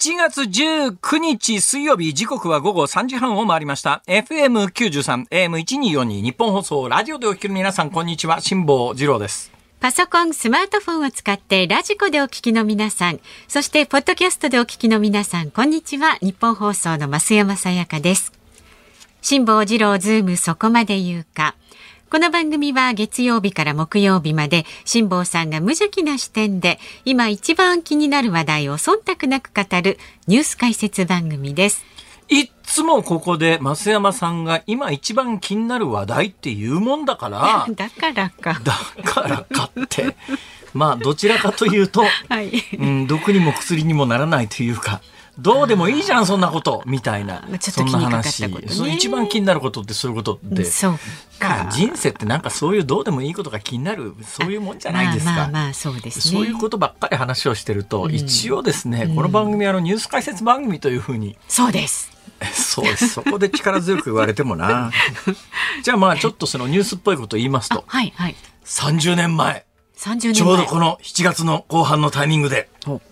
7月19日水曜日、時刻は午後3時半を回りました。FM93、AM1242 日本放送ラジオでお聞きの皆さん、こんにちは。辛坊治郎です。 パソコン、スマートフォンを使ってラジコでお聞きの皆さん、そしてポッドキャストでお聞きの皆さん、こんにちは。日本放送の増山さやかです。辛坊治郎ズームそこまで言うか。この番組は月曜日から木曜日まで辛坊さんが無邪気な視点で今一番気になる話題を忖度なく語るニュース解説番組です。 いつもここで増山さんが今一番気になる話題って言うもんだからだからかってまあどちらかというと、 はい、 毒にも薬にもならないというか、どうでもいいじゃんそんなことみたいな、そんな話、そう一番気になることってそういうことで、 そうか、 人生ってなんかそういうどうでもいいことが気になる、そういうもんじゃないですか。 まあそうですね。 そういうことばっかり話をしてると、一応ですね、この番組ニュース解説番組というふうに。 そうです。 そうです。そこで力強く言われてもな。じゃあまあちょっとそのニュースっぽいことを言いますと、 はいはい、 30年前ちちょうどこの7月の後半のタイミングで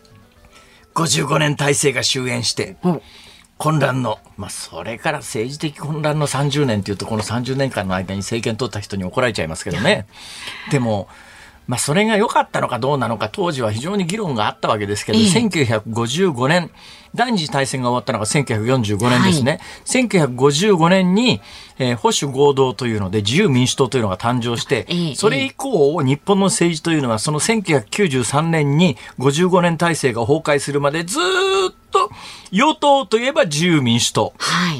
55年体制が終焉して混乱の、それから政治的混乱の30年というと、この30年間の間に政権取った人に怒られちゃいますけどね。でもそれが良かったのかどうなのか、当時は非常に議論があったわけですけど、1955年第二次大戦が終わったのが1945年ですね、はい、1955年に、保守合同というので自由民主党というのが誕生して、それ以降日本の政治というのはその1993年に55年体制が崩壊するまでずっと与党といえば自由民主党、はい、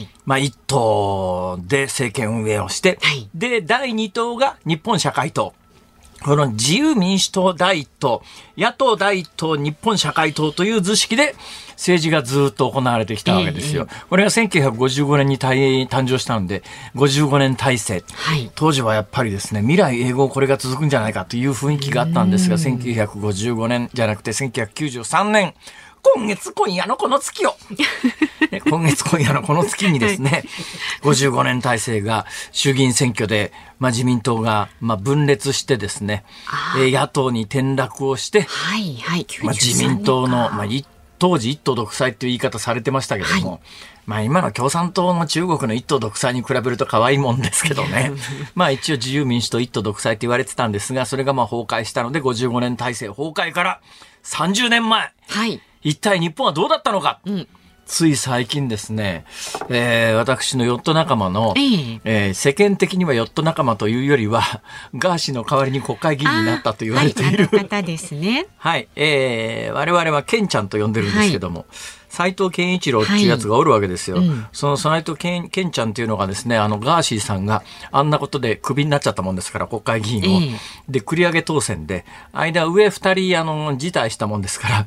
一党で政権運営をして、はい、で第二党が日本社会党、この自由民主党第一党、野党第一党、日本社会党という図式で政治がずっと行われてきたわけですよ。これが1955年に誕生したので、55年体制、はい。当時はやっぱりですね、未来永劫これが続くんじゃないかという雰囲気があったんですが、1955年じゃなくて1993年、今夜のこの月を今夜のこの月にですね、55年体制が衆議院選挙で、自民党が分裂してですね、野党に転落をして、はいはい、自民党の、当時一党独裁という言い方されてましたけども、はい、今の共産党の中国の一党独裁に比べると可愛いもんですけどね一応自由民主党一党独裁と言われてたんですが、それが崩壊したので55年体制崩壊から30年前、はい、一体日本はどうだったのか、つい最近ですね、私のヨット仲間の、世間的にはヨット仲間というよりはガーシーの代わりに国会議員になったと言われている、 方ですね。 はい、我々はケンちゃんと呼んでるんですけども、斉藤健一郎っていうやつがおるわけですよ。その斉藤健ちゃんっていうのがですね、ガーシーさんがあんなことでクビになっちゃったもんですから、国会議員を、で繰り上げ当選で上2人辞退したもんですから、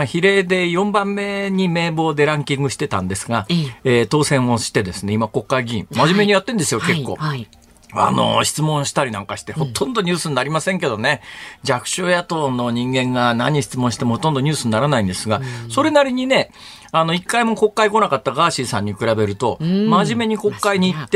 比例で4番目に名簿でランキングしてたんですが、当選をしてですね、今国会議員真面目にやってんですよ、結構。質問したりなんかしてほとんどニュースになりませんけどね、弱小野党の人間が何質問してもほとんどニュースにならないんですが、それなりにね、一回も国会来なかったガーシーさんに比べると、真面目に国会に行って、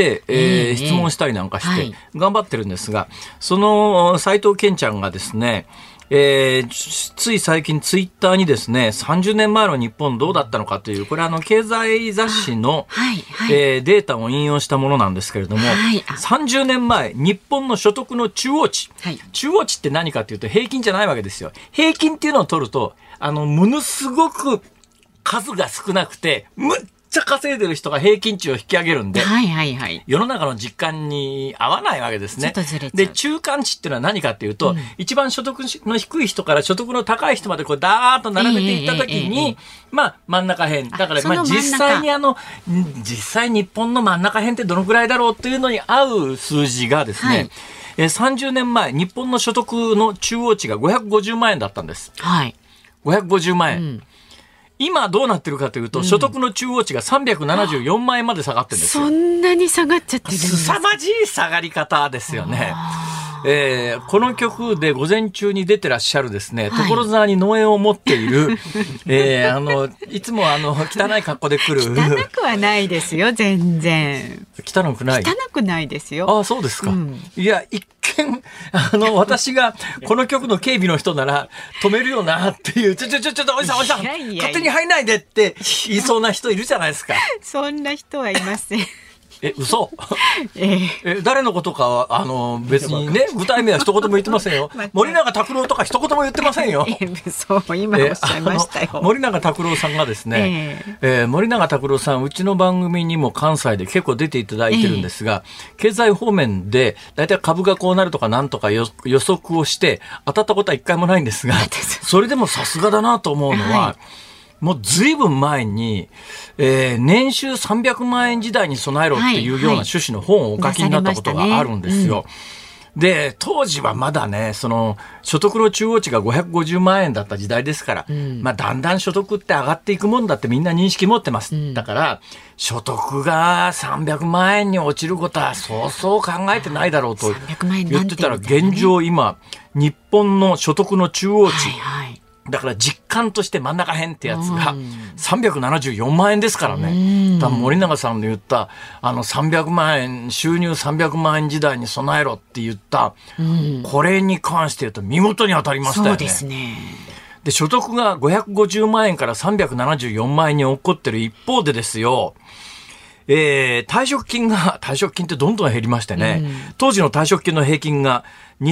質問したりなんかして頑張ってるんですが、その斉藤健ちゃんがですね、つい最近ツイッターにですね、30年前の日本どうだったのかという、これ経済雑誌の、データを引用したものなんですけれども、30年前日本の所得の中央値、中央値って何かというと平均じゃないわけですよ。平均っていうのを取るとものすごく数が少なくてむっちゃ稼いでる人が平均値を引き上げるんで、世の中の実感に合わないわけですね。で、中間値っていうのは何かっていうと、一番所得の低い人から所得の高い人までこうダーッと並べていったときに、真ん中辺だから実際に実際日本の真ん中辺ってどのくらいだろうっていうのに合う数字がですね、30年前日本の所得の中央値が550万円だったんです。550万円。今どうなってるかというと、所得の中央値が374万円まで下がってるんですよ。 そんなに下がっちゃってるんですか。 凄まじい下がり方ですよね。 この曲で午前中に出てらっしゃるですね、 はい、 所沢に農園を持っている、いつも汚い格好で来る。 汚くはないですよ、全然。 汚くない。 汚くないですよ。 あ、そうですか。いや、一見、私がこの曲の警備の人なら止めるよなっていう、ちょ、おじさん、勝手に入んないでって言いそうな人いるじゃないですか。 そんな人はいません。 嘘誰のことかは別にね、具体名は一言も言ってませんよ。森永卓郎とか一言も言ってませんよ。 そう今おっしゃいましたよ。 森永卓郎さんがですね、森永卓郎さん、うちの番組にも関西で結構出ていただいてるんですが、経済方面でだいたい株がこうなるとかなんとか予測をして当たったことは一回もないんですが、それでもさすがだなと思うのは、もうずいぶん前に、年収300万円時代に備えろっていうような趣旨の本をお書きになったことがあるんですよ。で、当時はまだね、所得の中央値が550万円だった時代ですから、だんだん所得って上がっていくもんだってみんな認識持ってます。だから、所得が300万円に落ちることはそうそう考えてないだろうと言ってたら、現状今、日本の所得の中央値、だから実感として真ん中辺ってやつが374万円ですからね。多分森永さんの言った300万円、収入300万円時代に備えろって言った、これに関して言うと見事に当たりましたよね。 そうですね。 で、所得が550万円から374万円に起こってる一方でですよ、退職金ってどんどん減りましてね、当時の退職金の平均が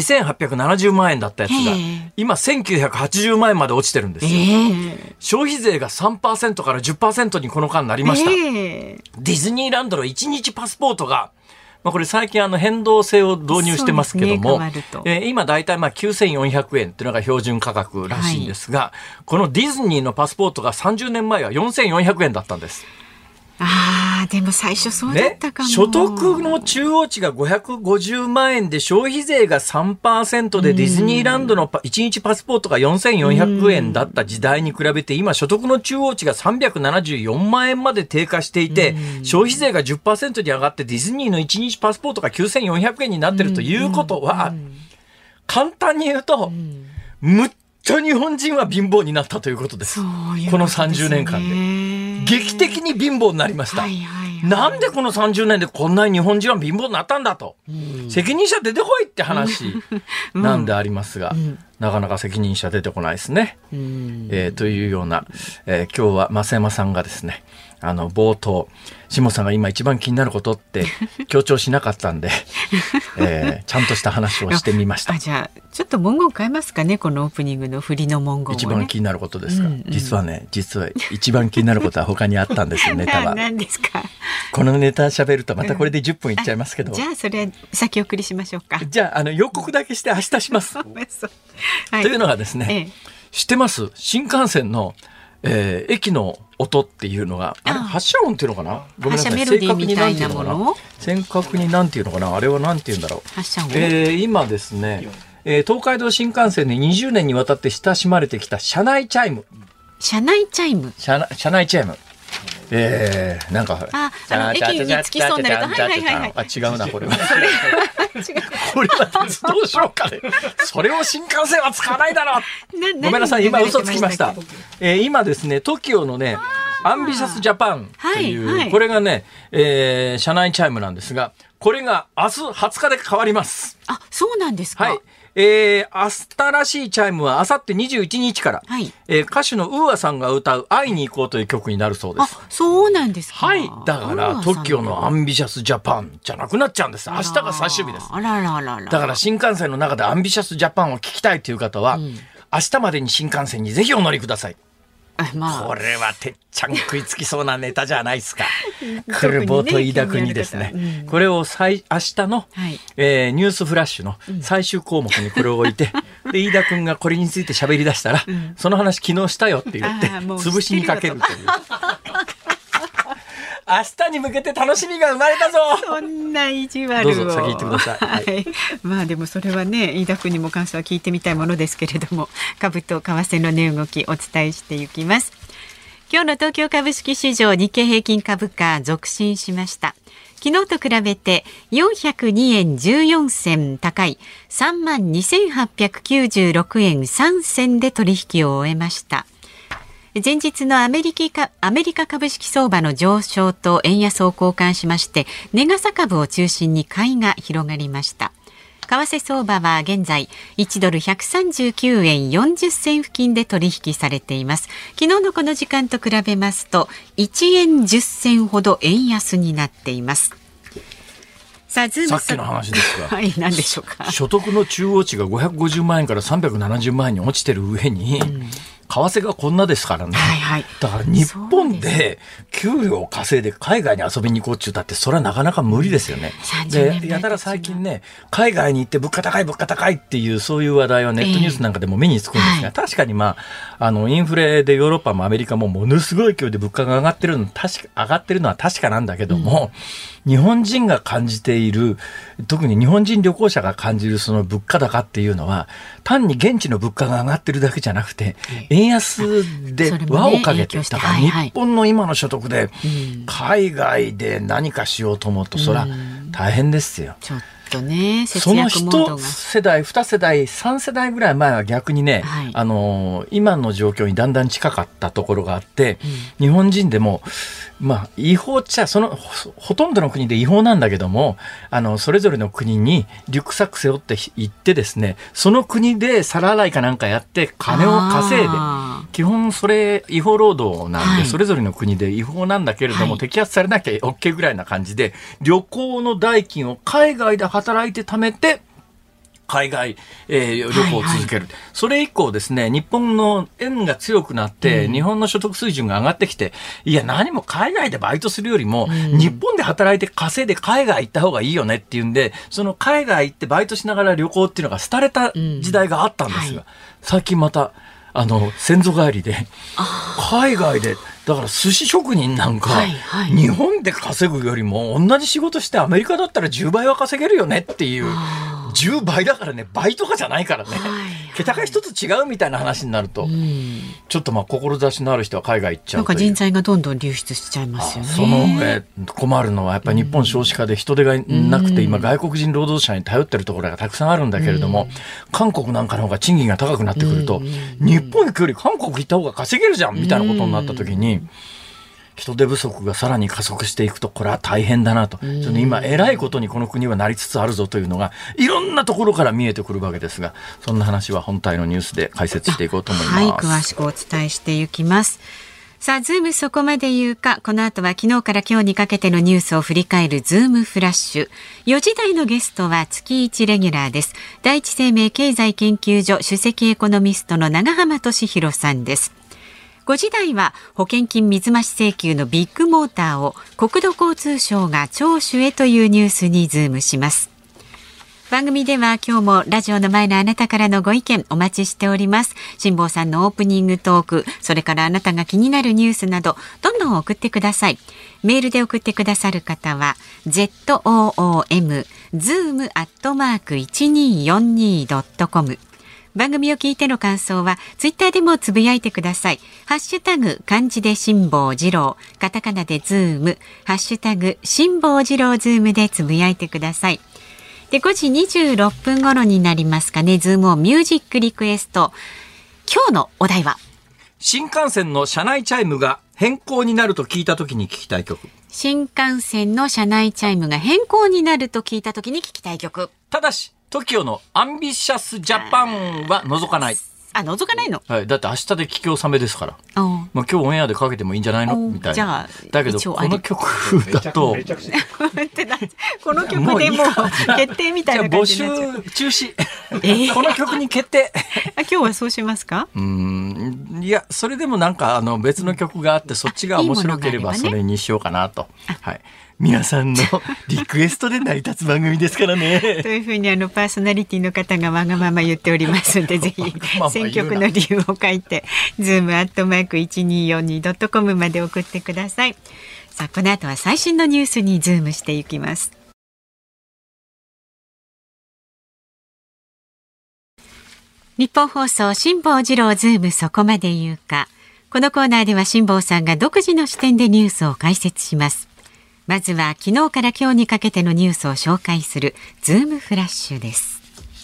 2870万円だったやつが、今1980万円まで落ちてるんですよ。消費税が 3% から 10% にこの間になりました。ディズニーランドの1日パスポートが、これ最近変動制を導入してますけども、今だいたい9400円っていうのが標準価格らしいんですが、このディズニーのパスポートが30年前は4400円だったんです。 でも最初そうだったかも。 所得の中央値が550万円で消費税が 3% でディズニーランドの1日パスポートが4400円だった時代に比べて今所得の中央値が374万円まで低下していて、消費税が 10% に上がってディズニーの1日パスポートが9400円になってるということは、簡単に言うと、むっちゃ日本人は貧乏になったということです。この30年間で。劇的に貧乏になりました。なんでこの30年でこんなに日本人は貧乏になったんだと。責任者出てこいって話なんでありますが、なかなか責任者出てこないですね。というような、今日は増山さんがですね、冒頭、下さんが今一番気になることって強調しなかったんで、ちゃんとした話をしてみました。 じゃあちょっと文言変えますかね、このオープニングの振りの文言をね。 一番気になることですか。実は一番気になることは他にあったんですよ。ネタは。 何ですか。 このネタ喋るとまたこれで10分いっちゃいますけど、 じゃあそれ先送りしましょうか。 じゃあ予告だけして明日します。というのがですね、知ってます？新幹線の駅の音っていうのが、発車音っていうのかな、ごめんなさい、 発車メロディーみたいなもの、 正確になんていうのかな、あれはなんていうんだろう。 発車音、 今ですね、東海道新幹線で20年にわたって親しまれてきた車内チャイム。 車内チャイム。 車内チャイム。なんか駅に着きそうになると、 違うなこれは。これはどうしようかね。それを新幹線は使わないだろう。ごめんなさい、今嘘つきました。今ですね、TOKIOのね、アンビシャスジャパンっていう、これがね、車内チャイムなんですが、これが明日20日で変わります。 そうなんですか。 明日らしいチャイムは明後日21日から、歌手のウーアさんが歌う会いに行こうという曲になるそうです。 そうなんですか。 だから TOKIO のアンビシャスジャパンじゃなくなっちゃうんです。明日が最終日です。だから新幹線の中でアンビシャスジャパンを聞きたいという方は、明日までに新幹線にぜひお乗りください。これはてっちゃん食いつきそうなネタじゃないですか。クルボと飯田君にですね、これを明日の、ニュースフラッシュの最終項目にこれを置いて、で飯田君がこれについて喋り出したら、その話昨日したよって言って潰しにかけるという。明日に向けて楽しみが生まれたぞ。 そんな意地悪を。 どうぞ先言ってください。 でもそれはね、飯田君にも関しては聞いてみたいものですけれども、株と為替の値動きお伝えしていきます。 今日の東京株式市場日経平均株価続伸しました。昨日と比べて402円14銭高い 32,896 円3銭で取引を終えました。前日のアメリカ株式相場の上昇と円安を交換しまして、値傘株を中心に買いが広がりました。為替相場は現在1ドル139円40銭付近で取引されています。昨日のこの時間と比べますと1円10銭ほど円安になっています。 さっきの話ですが、 はい、何でしょうか。 所得の中央値が550万円から370万円に落ちてる上に、為替がこんなですからね、 はいはい、 だから日本で給料を稼いで海外に遊びに行こうって言ったってそれはなかなか無理ですよね。でやたら最近ね、海外に行って物価高いっていうそういう話題はネットニュースなんかでも目につくんですが、確かにインフレでヨーロッパもアメリカもものすごい勢いで物価が上がってるのは確かなんだけども、日本人が感じている、特に日本人旅行者が感じるその物価高っていうのは単に現地の物価が上がってるだけじゃなくて、円安で輪をかけて、だから日本の今の所得で海外で何かしようと思うとそれは大変ですよ。 ちょっとね、 その1世代2世代3世代ぐらい前は逆にね、今の状況にだんだん近かったところがあって、日本人でも違法っちゃほとんどの国で違法なんだけども、それぞれの国にリュックサック背負って行ってですね、その国で皿洗いかなんかやって金を稼いで、基本それ違法労働なんで、それぞれの国で違法なんだけれども、摘発されなきゃ OK ぐらいな感じで、旅行の代金を海外で働いて貯めて海外、旅行を続ける、それ以降ですね、日本の円が強くなって、日本の所得水準が上がってきて、いや何も海外でバイトするよりも、日本で働いて稼いで海外行った方がいいよねっていうんで、その海外行ってバイトしながら旅行っていうのが廃れた時代があったんですが、最近また先祖返りで海外で、だから寿司職人なんか、日本で稼ぐよりも同じ仕事してアメリカだったら10倍は稼げるよねっていう、10倍だからね、倍とかじゃないからね、桁が一つ違うみたいな話になると、ちょっと志のある人は海外行っちゃうという。 なんか人材がどんどん流出しちゃいますよね。 その上困るのはやっぱり日本少子化で人手がなくて、今外国人労働者に頼ってるところがたくさんあるんだけれども、韓国なんかの方が賃金が高くなってくると、日本行くより韓国行った方が稼げるじゃんみたいなことになった時に、人手不足がさらに加速していくと、これは大変だなと。今偉いことにこの国はなりつつあるぞというのがいろんなところから見えてくるわけですが、そんな話は本体のニュースで解説していこうと思います。 詳しくお伝えしていきます。さあ、ズームそこまで言うか。この後は昨日から今日にかけてのニュースを振り返るズームフラッシュ。4時台のゲストは月1レギュラーです。第一生命経済研究所首席エコノミストの長浜俊弘さんです。5時台は保険金水増し請求のビッグモーターを国土交通省が聴取へというニュースにズームします。番組では今日もラジオの前のあなたからのご意見お待ちしております。辛坊さんのオープニングトーク、それからあなたが気になるニュースなどどんどん送ってください。メールで送ってくださる方は zoom@1242.com、番組を聞いての感想はツイッターでもつぶやいてください。ハッシュタグ漢字で辛坊治郎、カタカナでズーム、ハッシュタグ辛坊治郎ズームでつぶやいてください。で、5時26分頃になりますかね、ズームをミュージックリクエスト。今日のお題は、 新幹線の車内チャイムが変更になると聞いたときに聞きたい曲。 新幹線の車内チャイムが変更になると聞いたときに聞きたい曲。 ただしTOKIO のアンビシャスジャパンは除かない。 除かないの？ はい、だって明日で聞き納めですから。今日オンエアでかけてもいいんじゃないのみたいな。 じゃあだけどこの曲だとこの曲でもう決定みたいな感じになっちゃう。 募集中止。この曲に決定。 今日はそうしますか？ いや、それでもなんか別の曲があってそっちが面白ければそれにしようかなと。はい。皆さんのリクエストで成り立つ番組ですからね。 というふうにパーソナリティの方がわがまま言っておりますので、ぜひ選曲の理由を書いてzoom@1242.com まで送ってください。さあ、この後は最新のニュースにズームしていきます。日本放送辛坊治郎ズームそこまで言うか。 このコーナーでは辛坊さんが独自の視点でニュースを解説します。まずは昨日から今日にかけてのニュースを紹介するズームフラッシュです。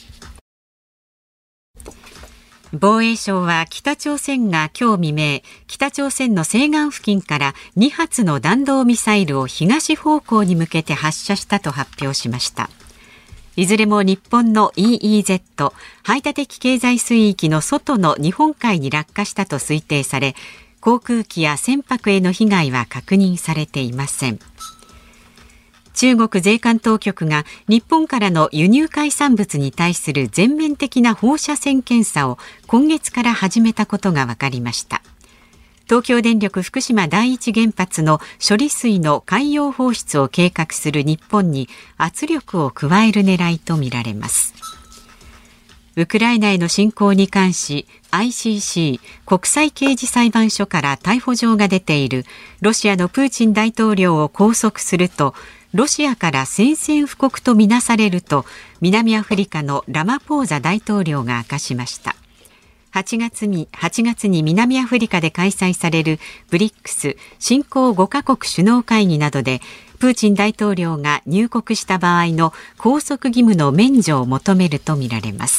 防衛省は北朝鮮が今日未明、北朝鮮の西岸付近から2発の弾道ミサイルを東方向に向けて発射したと発表しました。いずれも日本の EEZ 排他的経済水域の外の日本海に落下したと推定され、航空機や船舶への被害は確認されていません。中国税関当局が日本からの輸入海産物に対する全面的な放射線検査を今月から始めたことが分かりました。東京電力福島第一原発の処理水の海洋放出を計画する日本に圧力を加える狙いとみられます。ウクライナへの侵攻に関し ICC 国際刑事裁判所から逮捕状が出ているロシアのプーチン大統領を拘束するとロシアから宣戦布告とみなされると南アフリカのラマポーザ大統領が明かしました。8月に南アフリカで開催されるブリックス新興5カ国首脳会議などでプーチン大統領が入国した場合の拘束義務の免除を求めるとみられます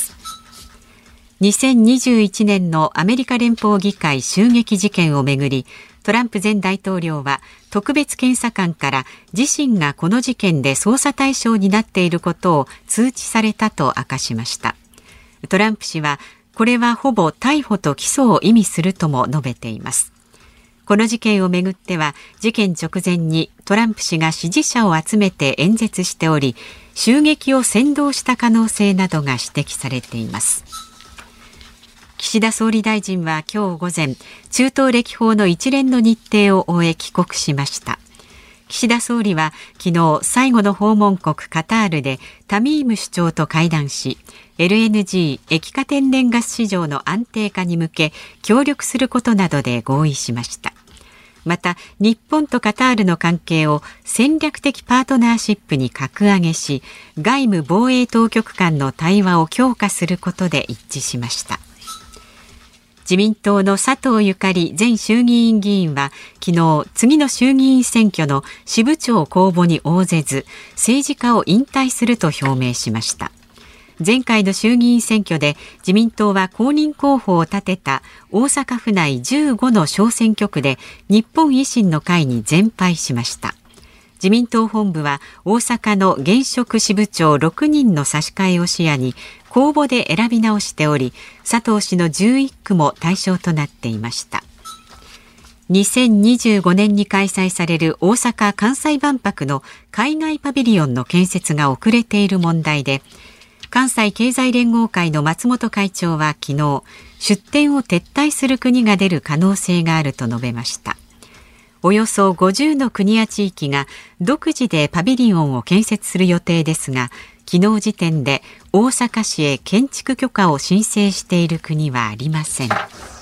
。2021年のアメリカ連邦議会襲撃事件をめぐり、トランプ前大統領は特別検査官から自身がこの事件で捜査対象になっていることを通知されたと明かしました。トランプ氏はこれはほぼ逮捕と起訴を意味するとも述べています。この事件をめぐっては事件直前にトランプ氏が支持者を集めて演説しており、襲撃を扇動した可能性などが指摘されています。岸田総理大臣は今日午前、中東歴訪の一連の日程を終え帰国しました。岸田総理は昨日最後の訪問国カタールでタミーム首長と会談し、LNG 液化天然ガス市場の安定化に向け協力することなどで合意しました。また日本とカタールの関係を戦略的パートナーシップに格上げし、外務防衛当局間の対話を強化することで一致しました。自民党の佐藤ゆかり前衆議院議員は昨日、次の衆議院選挙の支部長公募に応ぜず政治家を引退すると表明しました。前回の衆議院選挙で自民党は公認候補を立てた大阪府内15の小選挙区で日本維新の会に全敗しました。自民党本部は大阪の現職支部長6人の差し替えを視野に公募で選び直しており、佐藤氏の11区も対象となっていました。2025年に開催される大阪・関西万博の海外パビリオンの建設が遅れている問題で、関西経済連合会の松本会長は昨日、出展を撤退する国が出る可能性があると述べました。およそ50の国や地域が独自でパビリオンを建設する予定ですが、昨日時点で大阪市へ建築許可を申請している国はありません。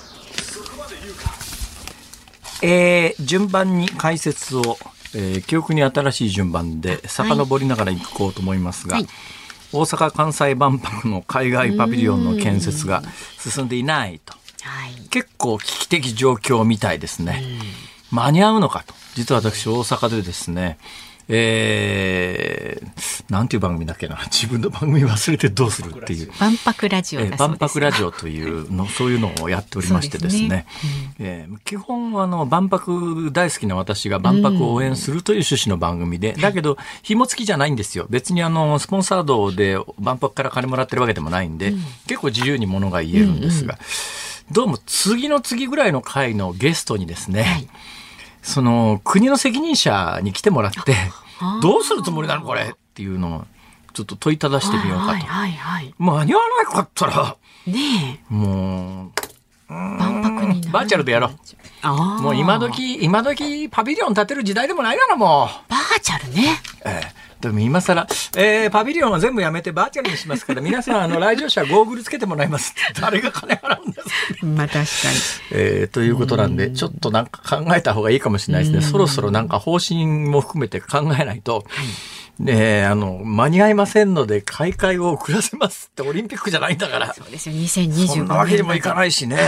順番に解説を、記憶に新しい順番で遡りながら行こうと思いますが、はい、大阪・関西万博の海外パビリオンの建設が進んでいないと、結構危機的状況みたいですね。間に合うのかと。実は私大阪でですね、なんていう番組だっけな、自分の番組忘れてどうするっていう万博ラジオだそうです。 万博ラジオというの、そういうのをやっておりましてですね、基本は万博大好きな私が万博を応援するという趣旨の番組で、だけど紐付きじゃないんですよ。別にスポンサードで万博から金もらってるわけでもないんで、結構自由にものが言えるんですが、どうも次の次ぐらいの回のゲストにですね、その国の責任者に来てもらってどうするつもりなのこれっていうのをちょっと問いただしてみようかと。間に合わなかったら、もう万博にバーチャルでやろう。もう今時パビリオン建てる時代でもないからもうバーチャルね。 でも今更、パビリオンは全部やめてバーチャルにしますから、皆さん来場者はゴーグルつけてもらいますって誰が金払うんです、 まあ確かに、ということなんでちょっとなんか考えた方がいいかもしれないですね。そろそろなんか方針も含めて考えないと、間に合いませんので開会を遅らせますって、オリンピックじゃないんだから。 そうですよ、2025年。 そんなわけにもいかないしね、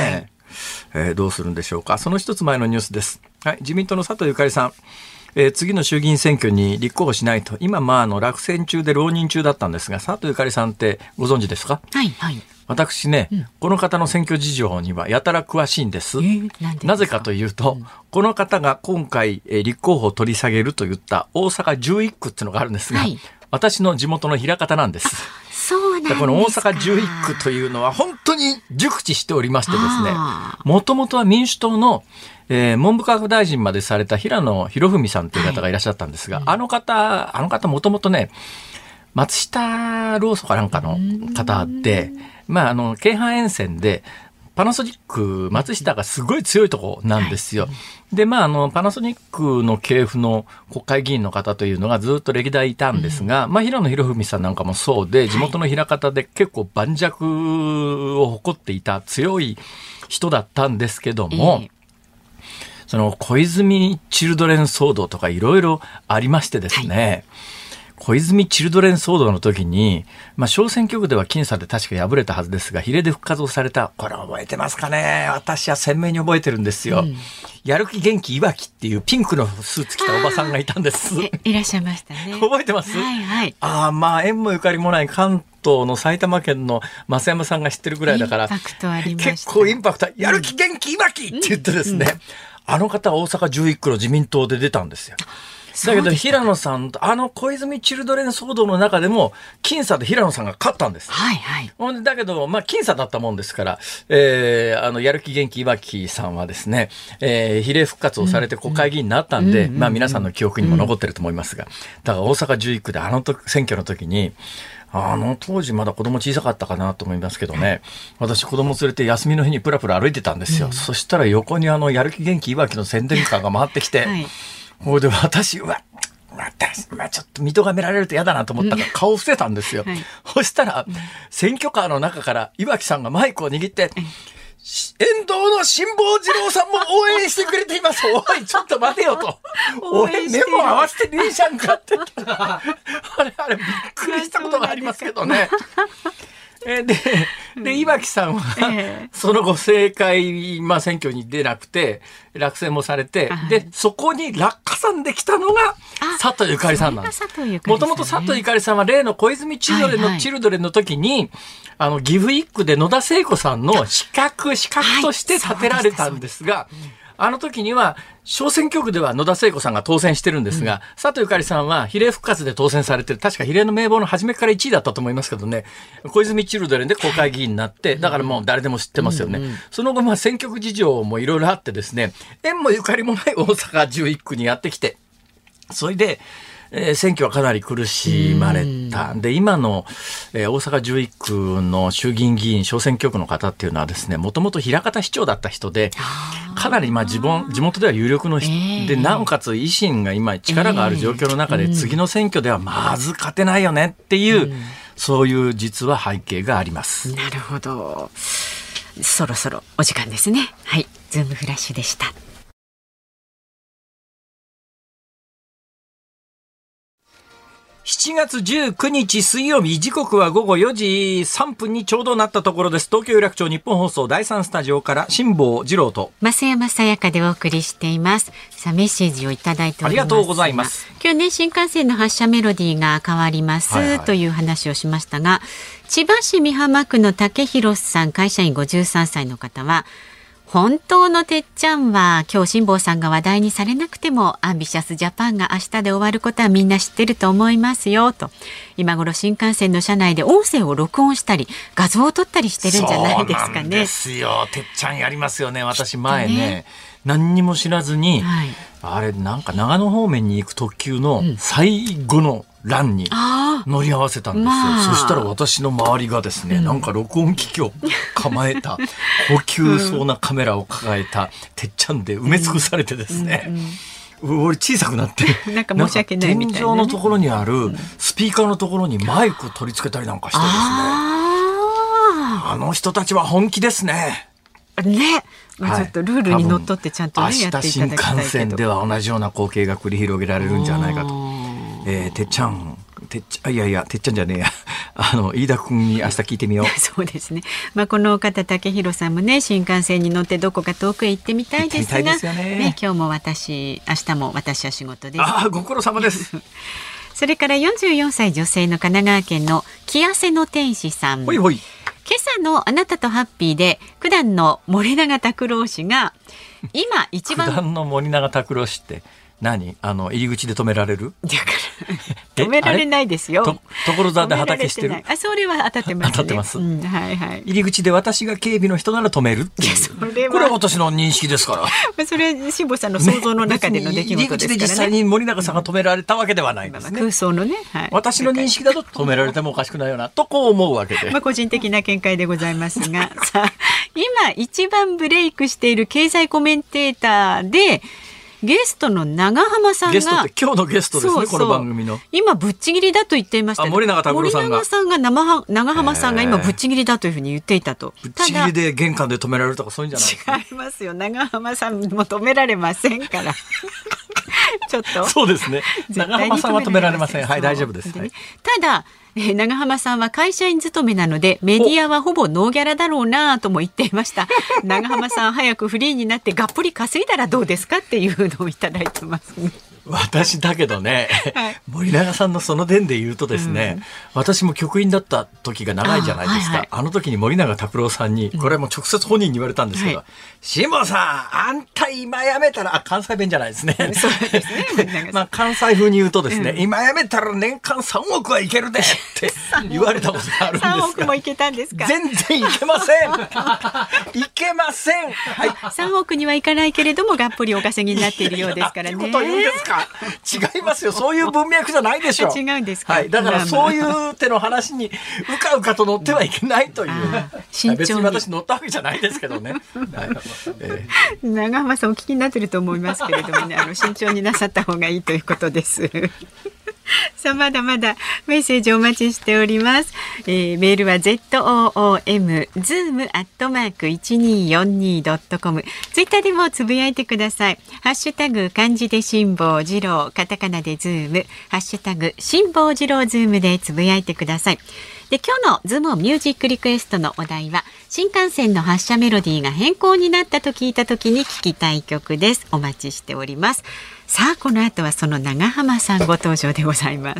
どうするんでしょうか。その一つ前のニュースです。はい、自民党の佐藤ゆかりさん、次の衆議院選挙に立候補しないと。今、落選中で浪人中だったんですが、佐藤ゆかりさんってご存知ですか？ はいはい。 私ね、この方の選挙事情にはやたら詳しいんです。なぜかというと、この方が今回、立候補を取り下げると言った大阪11区っていうのがあるんですが、私の地元の枚方なんです。 そうなんですか。 この大阪11区というのは本当に熟知しておりましてですね、もともとは民主党の、文部科学大臣までされた平野博文さんという方がいらっしゃったんですが、あの方もともとね、松下労組かなんかの方で、京阪沿線でパナソニック松下がすごい強いとこなんですよ。で、パナソニックの系譜の国会議員の方というのがずっと歴代いたんですが、平野博文さんなんかもそうで、地元の枚方で結構盤石を誇っていた強い人だったんですけども、その小泉チルドレン騒動とかいろいろありましてですね、小泉チルドレン騒動の時に、小選挙区では僅差で確か敗れたはずですが、比例で復活をされた。これ覚えてますかね？私は鮮明に覚えてるんですよ。やる気元気いわきっていうピンクのスーツ着たおばさんがいたんです。 いらっしゃいましたね。 覚えてます？ はいはい。 縁もゆかりもない関東の埼玉県の増山さんが知ってるぐらいだから、 インパクトありました。 結構インパクト、やる気元気いわきって言ってですね、あの方は大阪11区の自民党で出たんですよ。だけど平野さんと小泉チルドレン騒動の中でも僅差で平野さんが勝ったんです。 はいはい。 だけど僅差だったもんですから、やる気元気いわきさんはですね、比例復活をされて国会議員になったんで、皆さんの記憶にも残ってると思いますが、だから大阪11区で選挙の時に当時まだ子供小さかったかなと思いますけどね、私子供連れて休みの日にプラプラ歩いてたんですよ。そしたら横にやる気元気いわきの宣伝カーが回ってきて、これで私ちょっと見とがめられると嫌だなと思ったから顔を伏せたんですよ。そしたら、選挙カーの中から岩木さんがマイクを握って、遠藤の辛坊治郎さんも応援してくれています。おい、ちょっと待てよと。俺、目も合わせてねえじゃんかって言ったら、あれ、びっくりしたことがありますけどね。で、岩木さんは、その後政界、選挙に出なくて、落選もされて、で、そこに落下さできたのが、佐藤ゆかりさんなんです。もともと佐藤ゆかりさんは例の小泉チルドレンの時に、岐阜1区で野田聖子さんの資格として立てられたんですが、あの時には小選挙区では野田聖子さんが当選してるんですが、佐藤ゆかりさんは比例復活で当選されてる。確か比例の名簿の初めから1位だったと思いますけどね、小泉チルドレンで国会議員になって、だからもう誰でも知ってますよね。その後選挙区事情もいろいろあってですね、縁もゆかりもない大阪11区にやってきて、それで選挙はかなり苦しまれた。で、今の、大阪11区の衆議院議員小選挙区の方っていうのはですね、もともと枚方市長だった人で、かなり地元では有力の人で、なおかつ維新が今力がある状況の中で、次の選挙ではまず勝てないよねっていう、そういう実は背景があります。 なるほど。そろそろお時間ですね。はい、ズームフラッシュでした。 7月19日水曜日、時刻は午後4時3分にちょうどなったところです。東京有楽町日本放送第3スタジオから辛坊治郎と増山さやかでお送りしています。さあ、メッセージをいただいております。 ありがとうございます。 今日ね、新幹線の発車メロディーが変わります、という話をしましたが、千葉市美浜区の竹広さん、会社員53歳の方は、本当のてっちゃんは今日辛坊さんが話題にされなくてもアンビシャスジャパンが明日で終わることはみんな知ってると思いますよと。今頃新幹線の車内で音声を録音したり画像を撮ったりしてるんじゃないですかね。 そうなんですよ。てっちゃんやりますよね。私前ね、何にも知らずに、あれなんか長野方面に行く特急の最後の欄に乗り合わせたんですよ。そしたら私の周りがですね、なんか録音機器を構えた高級そうなカメラを抱えたてっちゃんで埋め尽くされてですね、俺小さくなってなんか申し訳ないみたいな、 天井のところにあるスピーカーのところにマイクを取り付けたりなんかしてですね、あの人たちは本気ですね。 ね、ちょっとルールにのっとってちゃんと、やっていただきたいけど、 明日新幹線では同じような光景が繰り広げられるんじゃないかと。てっちゃんいやてっちゃんじゃねえや飯田君に明日聞いてみよう。 そうですね。この方武弘さんもね、新幹線に乗ってどこか遠くへ行ってみたいですが、 行ってみたいですよね。 今日も明日も私は仕事です。 ご苦労様です。 それから44歳女性の神奈川県の木痩せの天使さん。 ほいほい。 今朝のあなたとハッピーで九段の森永卓郎氏が今一番九段の森永卓郎氏って何？入り口で止められる？ だから止められないですよ。 所沢で畑してる？ それは当たってますね。 当たってます。 はいはい。 入り口で私が警備の人なら止めるっていう。これは私の認識ですから。 それ辛坊さんの想像の中での出来事ですからね。 入り口で実際に森永さんが止められたわけではないんですね。 空想のね。 私の認識だと止められてもおかしくないよなとこう思うわけで。 個人的な見解でございますが、さあ今一番ブレイクしている経済コメンテーターで。ゲストの長浜さんがゲストって今日のゲストですね。この番組の今ぶっちぎりだと言っていました。 森永卓郎さんが長浜さんが今ぶっちぎりだというふうに言っていたと。 ぶっちぎりで玄関で止められるとかそういうんじゃないですか。 違いますよ。長浜さんも止められませんからちょっとそうですね。長浜さんは止められません。はい、大丈夫です。 ただ長浜さんは会社員勤めなのでメディアはほぼノーギャラだろうなとも言っていました。長浜さん早くフリーになってがっぽり稼いだらどうですかっていうのをいただいてますね。 私だけどね、森永さんのその点で言うとですね、私も局員だった時が長いじゃないですか。あの時に森永卓郎さんにこれも直接本人に言われたんですけど、辛坊さんあんた今辞めたら関西弁じゃないですね。 そうですね。 関西風に言うとですね、今辞めたら年間3億はいけるでって言われたことがあるんですが、 3億もいけたんですか？ 全然いけません。いけません。 はい、3億にはいかないけれどもがっぽりお稼ぎになっているようですからね。 何こと言うんですか？違いますよ。そういう文脈じゃないでしょう。 違うんですか？ はい、だからそういう手の話にうかうかと乗ってはいけないという。別に私乗ったわけじゃないですけどね。 長浜さんお聞きになってると思いますけれどもね、慎重になさった方がいいということです。さあまだまだメッセージお待ちしております。メールは zoom@1242.com、 ツイッターでもつぶやいてください。ハッシュタグ漢字で辛坊治郎、カタカナでズーム、ハッシュタグ辛坊治郎ズームでつぶやいてください。で今日のズームミュージックリクエストのお題は新幹線の発車メロディーが変更になったと聞いた時に聴きたい曲です。お待ちしております。さあこの後はその長浜さんご登場でございます。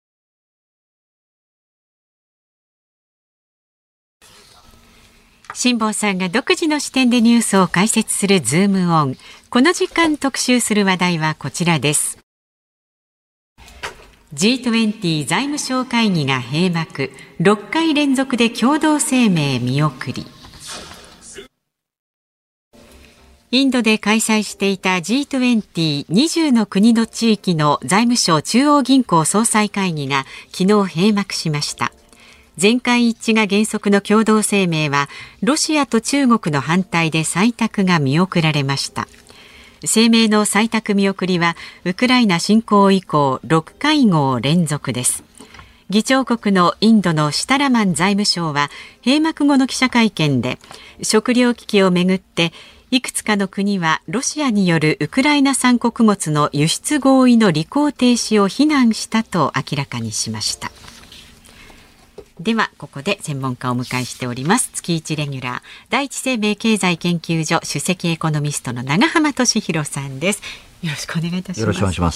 辛坊さんが独自の視点でニュースを解説するズームオン。この時間特集する話題はこちらです。G20 財務相会議が閉幕、6回連続で共同声明見送り。インドで開催していた G2020 の国の地域の財務相中央銀行総裁会議が昨日閉幕しました。全会一致が原則の共同声明はロシアと中国の反対で採択が見送られました。声明の採択見送りはウクライナ侵攻以降6会合連続です。議長国のインドのシタラマン財務相は閉幕後の記者会見で食糧危機をめぐっていくつかの国はロシアによるウクライナ産穀物の輸出合意の履行停止を非難したと明らかにしました。ではここで専門家をお迎えしております。月1レギュラー第一生命経済研究所首席エコノミストの長浜俊弘さんです。よろしくお願いいたします。 よろしくお願いします。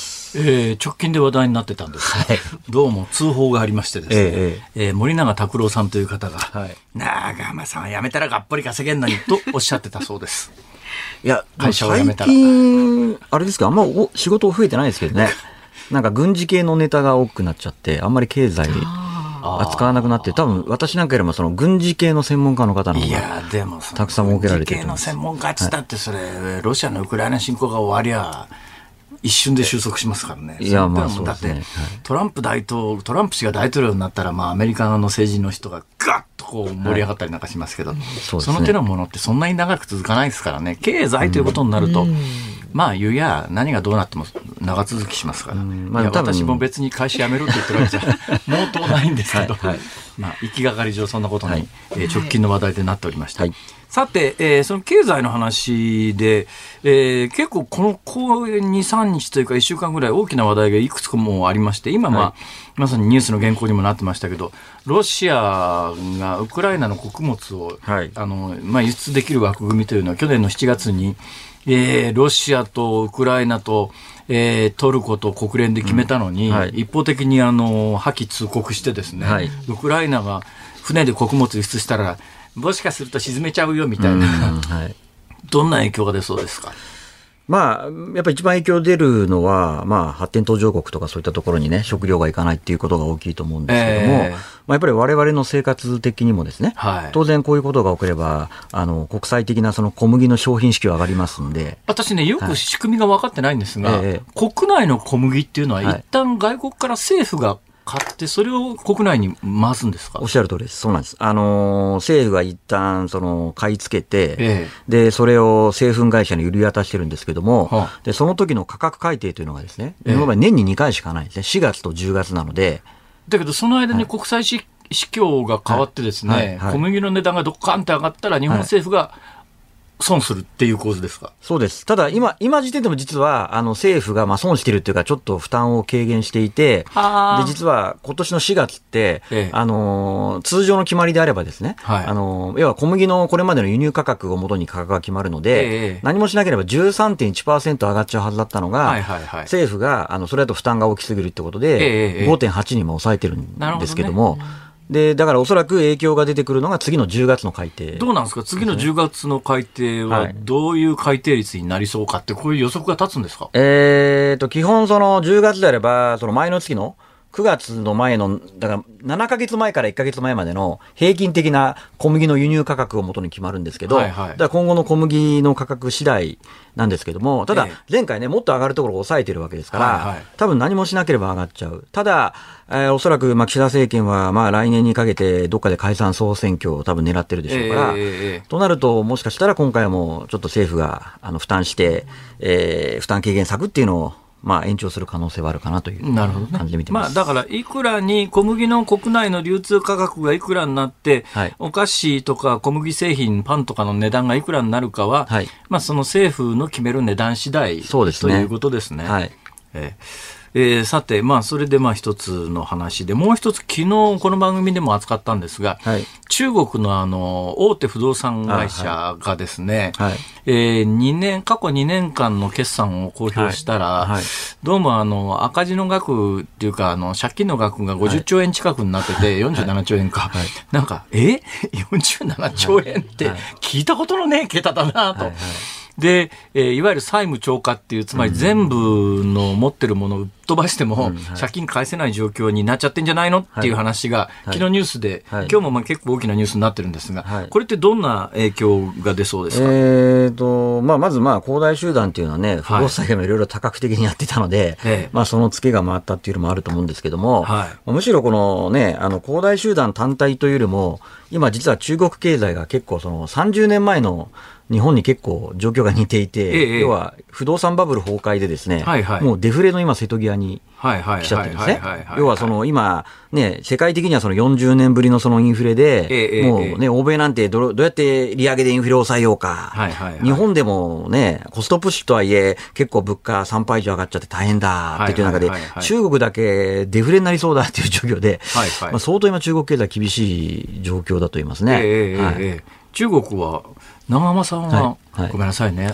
直近で話題になってたんです、どうも通報がありましてですね、森永卓郎さんという方が、長浜さんは辞めたらがっぽり稼げんのにとおっしゃってたそうです。 いや会社を辞めたら最近あれですか、あんま仕事増えてないですけどね。なんか軍事系のネタが多くなっちゃってあんまり経済扱わなくなって、多分私なんかよりもその軍事系の専門家の方の方がたくさん設けられてると思います。 軍事系の専門家って言ったってそれ、ロシアのウクライナ侵攻が終わりゃ一瞬で収束しますからね。 いやまあそうですね。 だってトランプ氏が大統領になったら、アメリカの政治の人がガッとこう盛り上がったりなんかしますけど、その手のものってそんなに長く続かないですからね。経済ということになると、言うや何がどうなっても長続きしますから、私も別に会社辞めろって言ってるわけじゃ毛頭ないんですけど、 行きがかり上そんなことに、直近の話題でなっておりました。 はい、 さて、その経済の話で、結構この2、3日というか1週間ぐらい大きな話題がいくつかもありまして、今、まさにニュースの原稿にもなってましたけど、ロシアがウクライナの穀物を、輸出できる枠組みというのは去年の7月に、ロシアとウクライナと、トルコと国連で決めたのに、一方的に破棄通告してですね、ウクライナが船で穀物輸出したらもしかすると沈めちゃうよみたいな、どんな影響が出そうですか。 やっぱり一番影響出るのは、発展途上国とかそういったところにね、食料がいかないっていうことが大きいと思うんですけども、やっぱり我々の生活的にもですね、当然こういうことが起これば、国際的なその小麦の商品市況上がりますんで。 私ね、よく仕組みが分かってないんですが、国内の小麦っていうのは一旦外国から政府が買ってそれを国内に回すんですか。 おっしゃる通りです。そうなんです。政府が一旦買い付けて、でそれを製粉会社に売り渡してるんですけども、でその時の価格改定というのがですね、今まで年に2回しかないんですね。4月と10月なので。 だけどその間に国際市況が変わってですね、小麦の値段がドカンって上がったら日本政府が損するっていう構図ですか。 そうです。ただ今時点でも実は政府が損しているっていうかちょっと負担を軽減していて、で実は今年の4月って、通常の決まりであればですね、要は小麦のこれまでの輸入価格をもとに価格が決まるので、何もしなければ 13.1% 上がっちゃうはずだったのが、政府がそれだと負担が大きすぎるってことで、5.8 にも抑えてるんですけども、でだからおそらく影響が出てくるのが次の10月の改定。 どうなんですか。次の10月の改定はどういう改定率になりそうかって、こういう予測が立つんですか。 基本10月であれば前の月の9月の前のだから7ヶ月前から1ヶ月前までの平均的な小麦の輸入価格をもとに決まるんですけど、だから今後の小麦の価格次第なんですけども、ただ前回ねもっと上がるところを抑えてるわけですから、多分何もしなければ上がっちゃう。ただ、おそらく岸田政権は来年にかけてどっかで解散総選挙を多分狙ってるでしょうから、となるともしかしたら今回はもうちょっと政府が負担して、負担軽減策っていうのを延長する可能性はあるかなという感じで見てます。 だからいくらに小麦の国内の流通価格がいくらになって、お菓子とか小麦製品パンとかの値段がいくらになるかは、その政府の決める値段次第ということですね。さて、それで一つの話で、もう一つ昨日この番組でも扱ったんですが、中国の大手不動産会社がですね、過去2年間の決算を公表したら、どうも赤字の額っていうか借金の額が50兆円近くになってて、47兆円か、なんか47兆円って聞いたことのねえ桁だなと。で、いわゆる債務超過っていう、つまり全部の持ってるものを飛ばしても借金返せない状況になっちゃってんじゃないのっていう話が昨日ニュースで、今日も結構大きなニュースになってるんですが、これってどんな影響が出そうですか。 まず恒大集団っていうのはね、不動産でもいろいろ多角的にやってたので、そのツケが回ったっていうのもあると思うんですけども、むしろこのね、恒大集団単体というよりも、今実は中国経済が結構30年前の日本に結構状況が似ていて、要は不動産バブル崩壊でですね、もうデフレの今瀬戸際に来ちゃってるんですね。要は今ね、世界的には40年ぶりのインフレで、もうね、欧米なんてどうやって利上げでインフレを抑えようか。日本でもね、コストプッシュとはいえ結構物価3倍以上上がっちゃって大変だっていう中で、中国だけデフレになりそうだっていう状況で、相当今中国経済厳しい状況だと言いますね。 中国は長浜さんは、ごめんなさいね、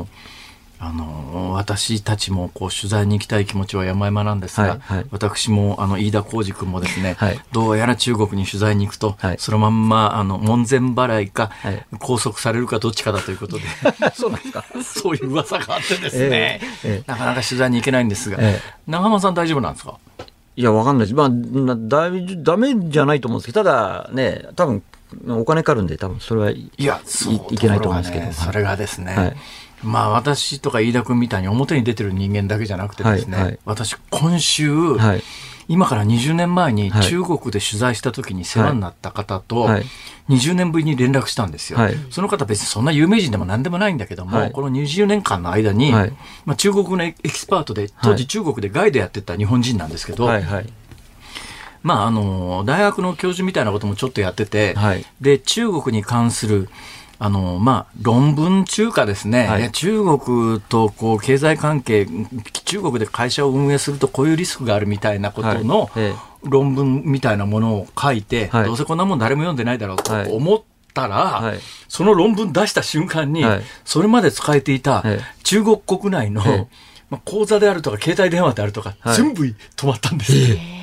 私たちも取材に行きたい気持ちは山々なんですが、私も飯田浩司君もですね、どうやら中国に取材に行くと、そのまんま門前払いか、拘束されるかどっちかだということでそうなんですか。 そういう噂があってですね、なかなか取材に行けないんですが、長浜さん大丈夫なんですか。 いや、わかんないです。ダメじゃないと思うんですけど、ただね、多分お金かかるんで、多分それはいけないと思うんですけど、 それがですね、私とか飯田君みたいに表に出てる人間だけじゃなくてですね、私今週、今から20年前に中国で取材した時に世話になった方と20年ぶりに連絡したんですよ。その方別にそんな有名人でも何でもないんだけども、この20年間の間に、中国のエキスパートで当時中国でガイドやってた日本人なんですけど、 大学の教授みたいなこともちょっとやってて、 はい、 で中国に関する論文中かですね、はい、中国とこう経済関係、中国で会社を運営するとこういうリスクがあるみたいなことの論文みたいなものを書いて、はい、どうせこんなもん誰も読んでないだろうと思ったら、はい、その論文出した瞬間に、はい、それまで使えていた中国国内の、口座であるとか携帯電話であるとか、はい、全部止まったんです。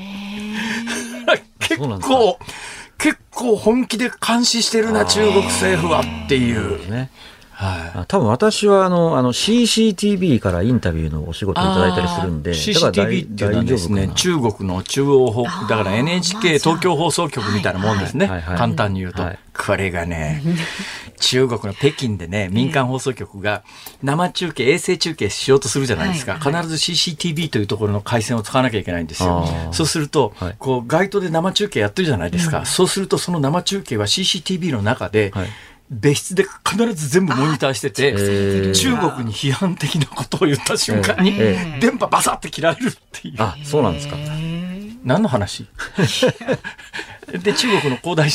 結構本気で監視してるな中国政府はっていう、ね、 はい、多分私はCCTV からインタビューのお仕事いただいたりするんで、 CCTV っていうのはですね、中国の中央だから NHK 東京放送局みたいなもんですね、簡単に言うと、これがね中国の北京でね、民間放送局が生中継、衛星中継しようとするじゃないですか。必ず CCTV というところの回線を使わなきゃいけないんですよ。そうすると、こう街頭で生中継やってるじゃないですか。そうするとその生中継は CCTV の中で、別室で必ず全部モニターしてて、中国に批判的なことを言った瞬間に、電波バサッて切られるっていう。 あ、そうなんですか。 何の話で、中国の恒大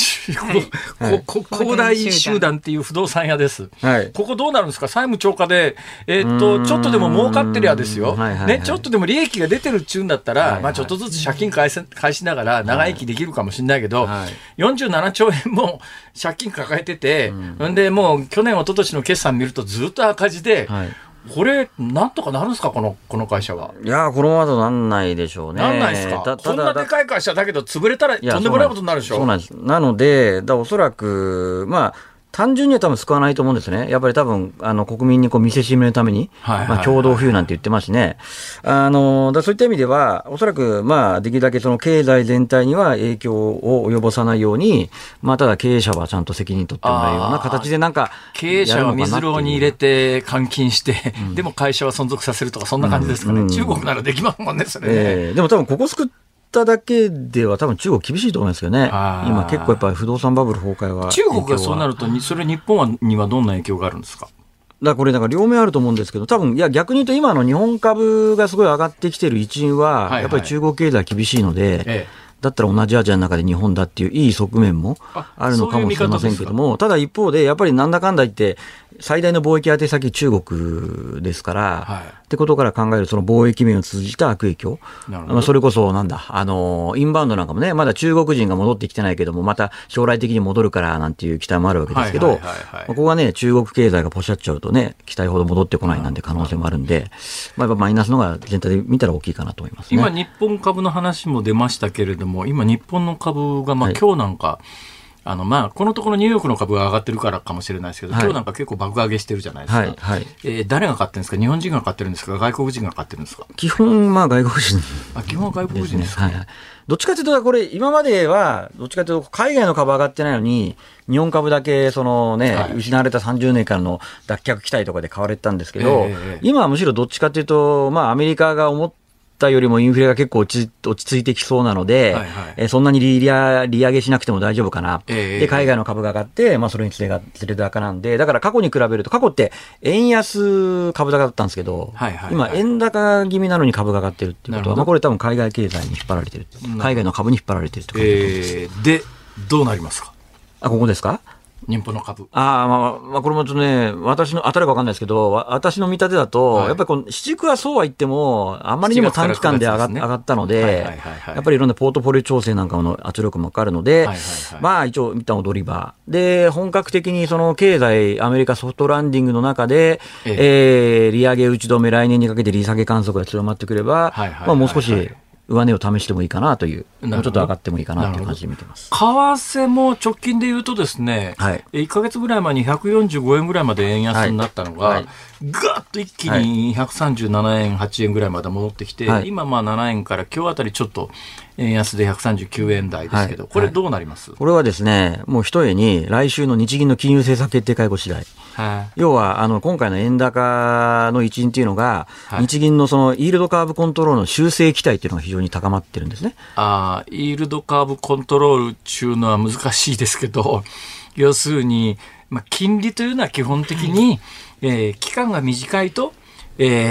集団っていう不動産屋です。はい、ここどうなるんですか。債務超過で、ちょっとでも儲かってりゃですよ。ね、ちょっとでも利益が出てるっちゅうんだったら、ちょっとずつ借金返しながら長生きできるかもしれないけど、47兆円も借金抱えてて、で、もう去年、一昨年の決算見るとずっと赤字で、これ、なんとかなるんですか、この会社は。 いや、このままとなんないでしょうね。 なんないですか。こんなでかい会社だけど、潰れたらとんでもないことになるでしょ。 そうなんです。なので、おそらく、単純には多分救わないと思うんですね。やっぱり多分、国民に見せしめるために、共同富裕なんて言ってますしね。そういった意味では、おそらく、できるだけその経済全体には影響を及ぼさないように、ただ経営者はちゃんと責任取ってもらうような形で経営者は水牢に入れて監禁して、でも会社は存続させるとか、そんな感じですかね。中国ならできますもんね、それね。 でも多分ここ救っただけでは多分中国厳しいと思いますよね。今結構やっぱり不動産バブル崩壊は。 中国がそうなると、それ日本にはどんな影響があるんですか。 これ両面あると思うんですけど、多分逆に言うと今の日本株がすごい上がってきてる一因は、やっぱり中国経済厳しいので、だったら同じアジアの中で日本だっていういい側面もあるのかもしれませんけども、ただ一方でやっぱりなんだかんだ言って最大の貿易当先中国ですから、ってことから考えるその貿易面を通じた悪影響、それこそインバウンドなんかもね、まだ中国人が戻ってきてないけども、また将来的に戻るからなんていう期待もあるわけですけど、ここがね、中国経済がポシャっちゃうとね、期待ほど戻ってこないなんて可能性もあるんで、やっぱマイナスのが全体で見たら大きいかなと思いますね。 今日本株の話も出ましたけれども、今日本の株が今日なんか、このところニューヨークの株が上がってるからかもしれないですけど、今日なんか結構爆上げしてるじゃないですか。誰が買ってるんですか。日本人が買ってるんですか、外国人が買ってるんですか。 基本外国人。 基本は外国人ですか。 どっちかというとこれ今まではどっちかというと海外の株上がってないのに日本株だけ失われた30年間の脱却期待とかで買われてたんですけど、今はむしろどっちかというとアメリカが思ったよりもインフレが結構落ち着いてきそうなので、そんなに利上げしなくても大丈夫かな。で、海外の株が上がって、それに連れ高なんで、だから過去に比べると、過去って円安株高だったんですけど、今円高気味なのに株が上がってるっていうことは、これ多分海外経済に引っ張られてる。海外の株に引っ張られてるってことです。 で、どうなりますか。 ここですか。 日本の株。 これもね、私の、当たるか分かんないですけど、私の見立てだと、やっぱり市軸はそうは言っても、あんまりにも短期間で上がったので、やっぱりいろんなポートフォリオ調整なんかの圧力もかかるので、一応一旦踊り場。で、本格的にその経済、アメリカソフトランディングの中で、利上げ打ち止め、来年にかけて利下げ観測が強まってくれば、もう少し、上値を試してもいいかなという、もうちょっと上がってもいいかなという感じで見てます。 為替も直近で言うとですね、1ヶ月ぐらい前に145円ぐらいまで円安になったのが、ガーッと一気に137円、8円ぐらいまで戻ってきて、今7円から今日あたりちょっと円安で139円台ですけど、これどうなります？ これはですね、もう一重に来週の日銀の金融政策決定会合次第。要は今回の円高の一因というのが、日銀のそのイールドカーブコントロールの修正期待というのが非常に高まってるんですね。 イールドカーブコントロールっていうのは難しいですけど、要するに、金利というのは基本的に、期間が短いと、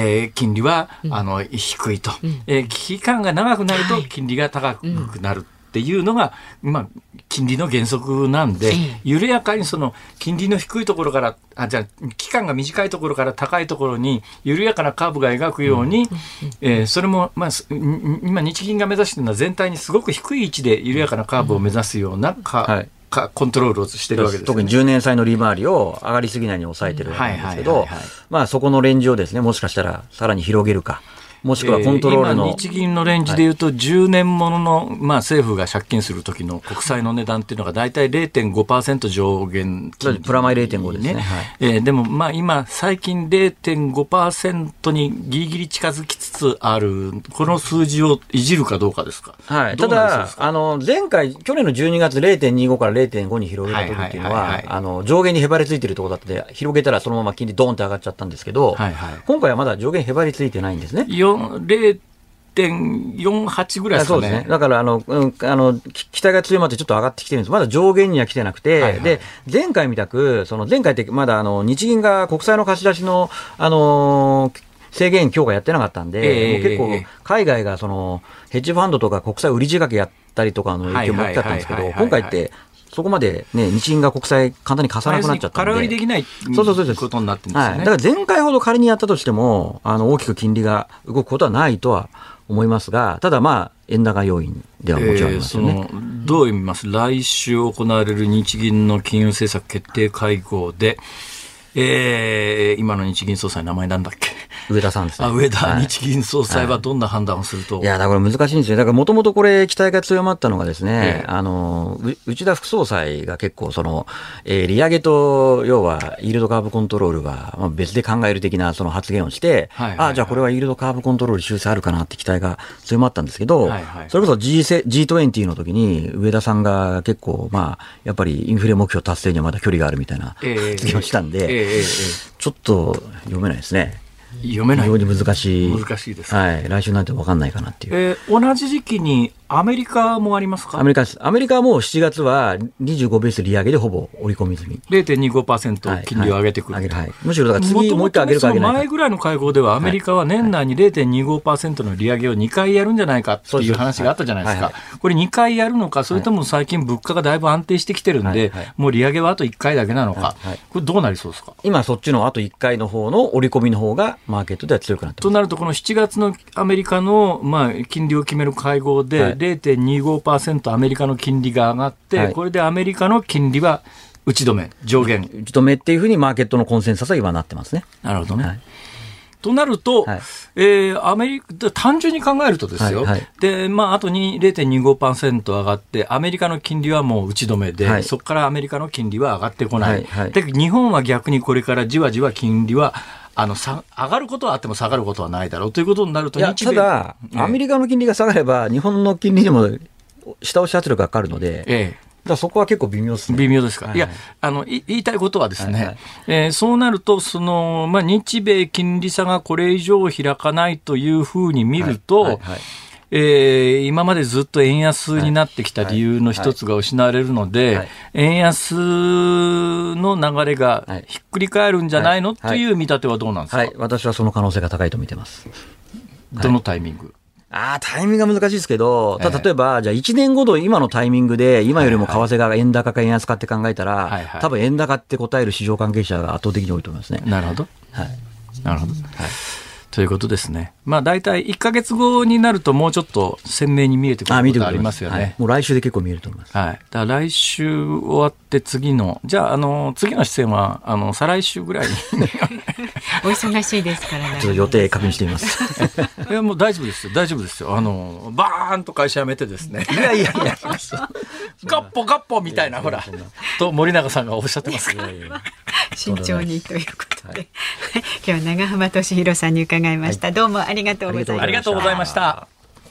金利は低いと、期間が長くなると金利が高くなる。 っていうのが、金利の原則なんで、緩やかにその金利の低いところからじゃあ期間が短いところから高いところに緩やかなカーブが描くように、それも、今日銀が目指しているのは全体にすごく低い位置で緩やかなカーブを目指すようなコントロールをしてるわけですね。 特に10年債の利回りを上がりすぎないように抑えてるわけなんですけど、そこのレンジをですね、もしかしたらさらに広げるか、もしくはコントロールの、 今日銀のレンジでいうと10年ものの、政府が借金する時の国債の値段っていうのが大体 0.5% 上限金利、 プラマイ 0.5 ですね。 でも今最近 0.5% にギリギリ近づきつつあるこの数字をいじるかどうかですか。 ただ前回去年の12月 0.25 から 0.5 に広げた時っていうのは上限にへばりついてるところだって広げたらそのまま金利ドーンって上がっちゃったんですけど、今回はまだ上限へばりついてないんですね。 0.48 ぐらいですかね。 そうですね。だから期待が強まってちょっと上がってきてるんです。まだ上限には来てなくて、で前回みたく前回ってまだ日銀が国債の貸し出しの制限強化やってなかったんで、結構海外がヘッジファンドとか国債売り仕掛けやったりとかの影響も大きかったんですけど、今回ってそこまでね、日銀が国債簡単に貸さなくなっちゃったんで。 空売りできないことになってるんですよね。 だから前回ほど仮にやったとしても、大きく金利が動くことはないとは思いますが、ただ円高要因ではもちろんありますよね。 どう読みます？来週行われる日銀の金融政策決定会合で、今の日銀総裁の名前なんだっけ？ 上田さんですね。 上田日銀総裁はどんな判断をすると？ いや、だから難しいんですよ。だからもともとこれ期待が強まったのがですね、内田副総裁が結構利上げと要はイールドカーブコントロールは別で考える的なその発言をして、じゃあこれはイールドカーブコントロール修正あるかなって期待が強まったんですけど、それこそ G20 の時に上田さんが結構やっぱりインフレ目標達成にはまだ距離があるみたいな発言をしたんで、ちょっと読めないですね。 読めない。 非常に難しい。 難しいです。 来週なんて分かんないかなっていう。 同じ時期にアメリカもありますか？ アメリカです。アメリカはもう7月は25ベース利上げでほぼ織り込み済み。 0.25% 金利を上げてくる。 むしろだから次もう一回上げるか上げないか。 前ぐらいの会合ではアメリカは年内に 0.25% の利上げを2回やるんじゃないかっていう話があったじゃないですか。これ2回やるのか、それとも最近物価がだいぶ安定してきてるんで、もう利上げはあと1回だけなのか。これどうなりそうですか？ 今そっちのあと1回の方の織り込みの方がマーケットでは強くなってます。 となるとこの7月のアメリカの金利を決める会合で 0.25% アメリカの金利が上がって、これでアメリカの金利は打ち止め、上限。 打ち止めっていうふうにマーケットのコンセンサスは今なってますね。 なるほどね。となると、アメリカ、単純に考えるとですよ。で、あとに 0.25% 上がって、アメリカの金利はもう打ち止めで、そこからアメリカの金利は上がってこない。だけど日本は逆にこれからじわじわ金利は上がることはあっても下がることはないだろうということになると、 ただ、アメリカの金利が下がれば、日本の金利にも下押し圧力がかかるので、だからそこは結構微妙ですね。 微妙ですか。いや、言いたいことはですね、そうなると、日米金利差がこれ以上開かないというふうに見ると、今までずっと円安になってきた理由の一つが失われるので、円安の流れがひっくり返るんじゃないのという見立てはどうなんですか？ 私はその可能性が高いと見てます。 どのタイミング？ タイミングが難しいですけど、例えば、じゃあ1年後の今のタイミングで、今よりも為替が円高か円安かって考えたら、多分円高って答える市場関係者が圧倒的に多いと思いますね。 なるほど。なるほど。ということですね。大体1ヶ月後になるともうちょっと鮮明に見えてくることがありますよね。 もう来週で結構見えると思います。 だから来週終わって次の、じゃあ、次の出演は、再来週ぐらいに。 お忙しいですからね。 ちょっと予定確認してみます。 いや、もう大丈夫ですよ。大丈夫ですよ。バーンと会社辞めてですね。 いや。 ガッポガッポみたいな、ほら。と森永さんがおっしゃってますから。 慎重にということで。今日は長浜俊弘さんに伺いました。どうもありがとうございました。 ありがとうございました。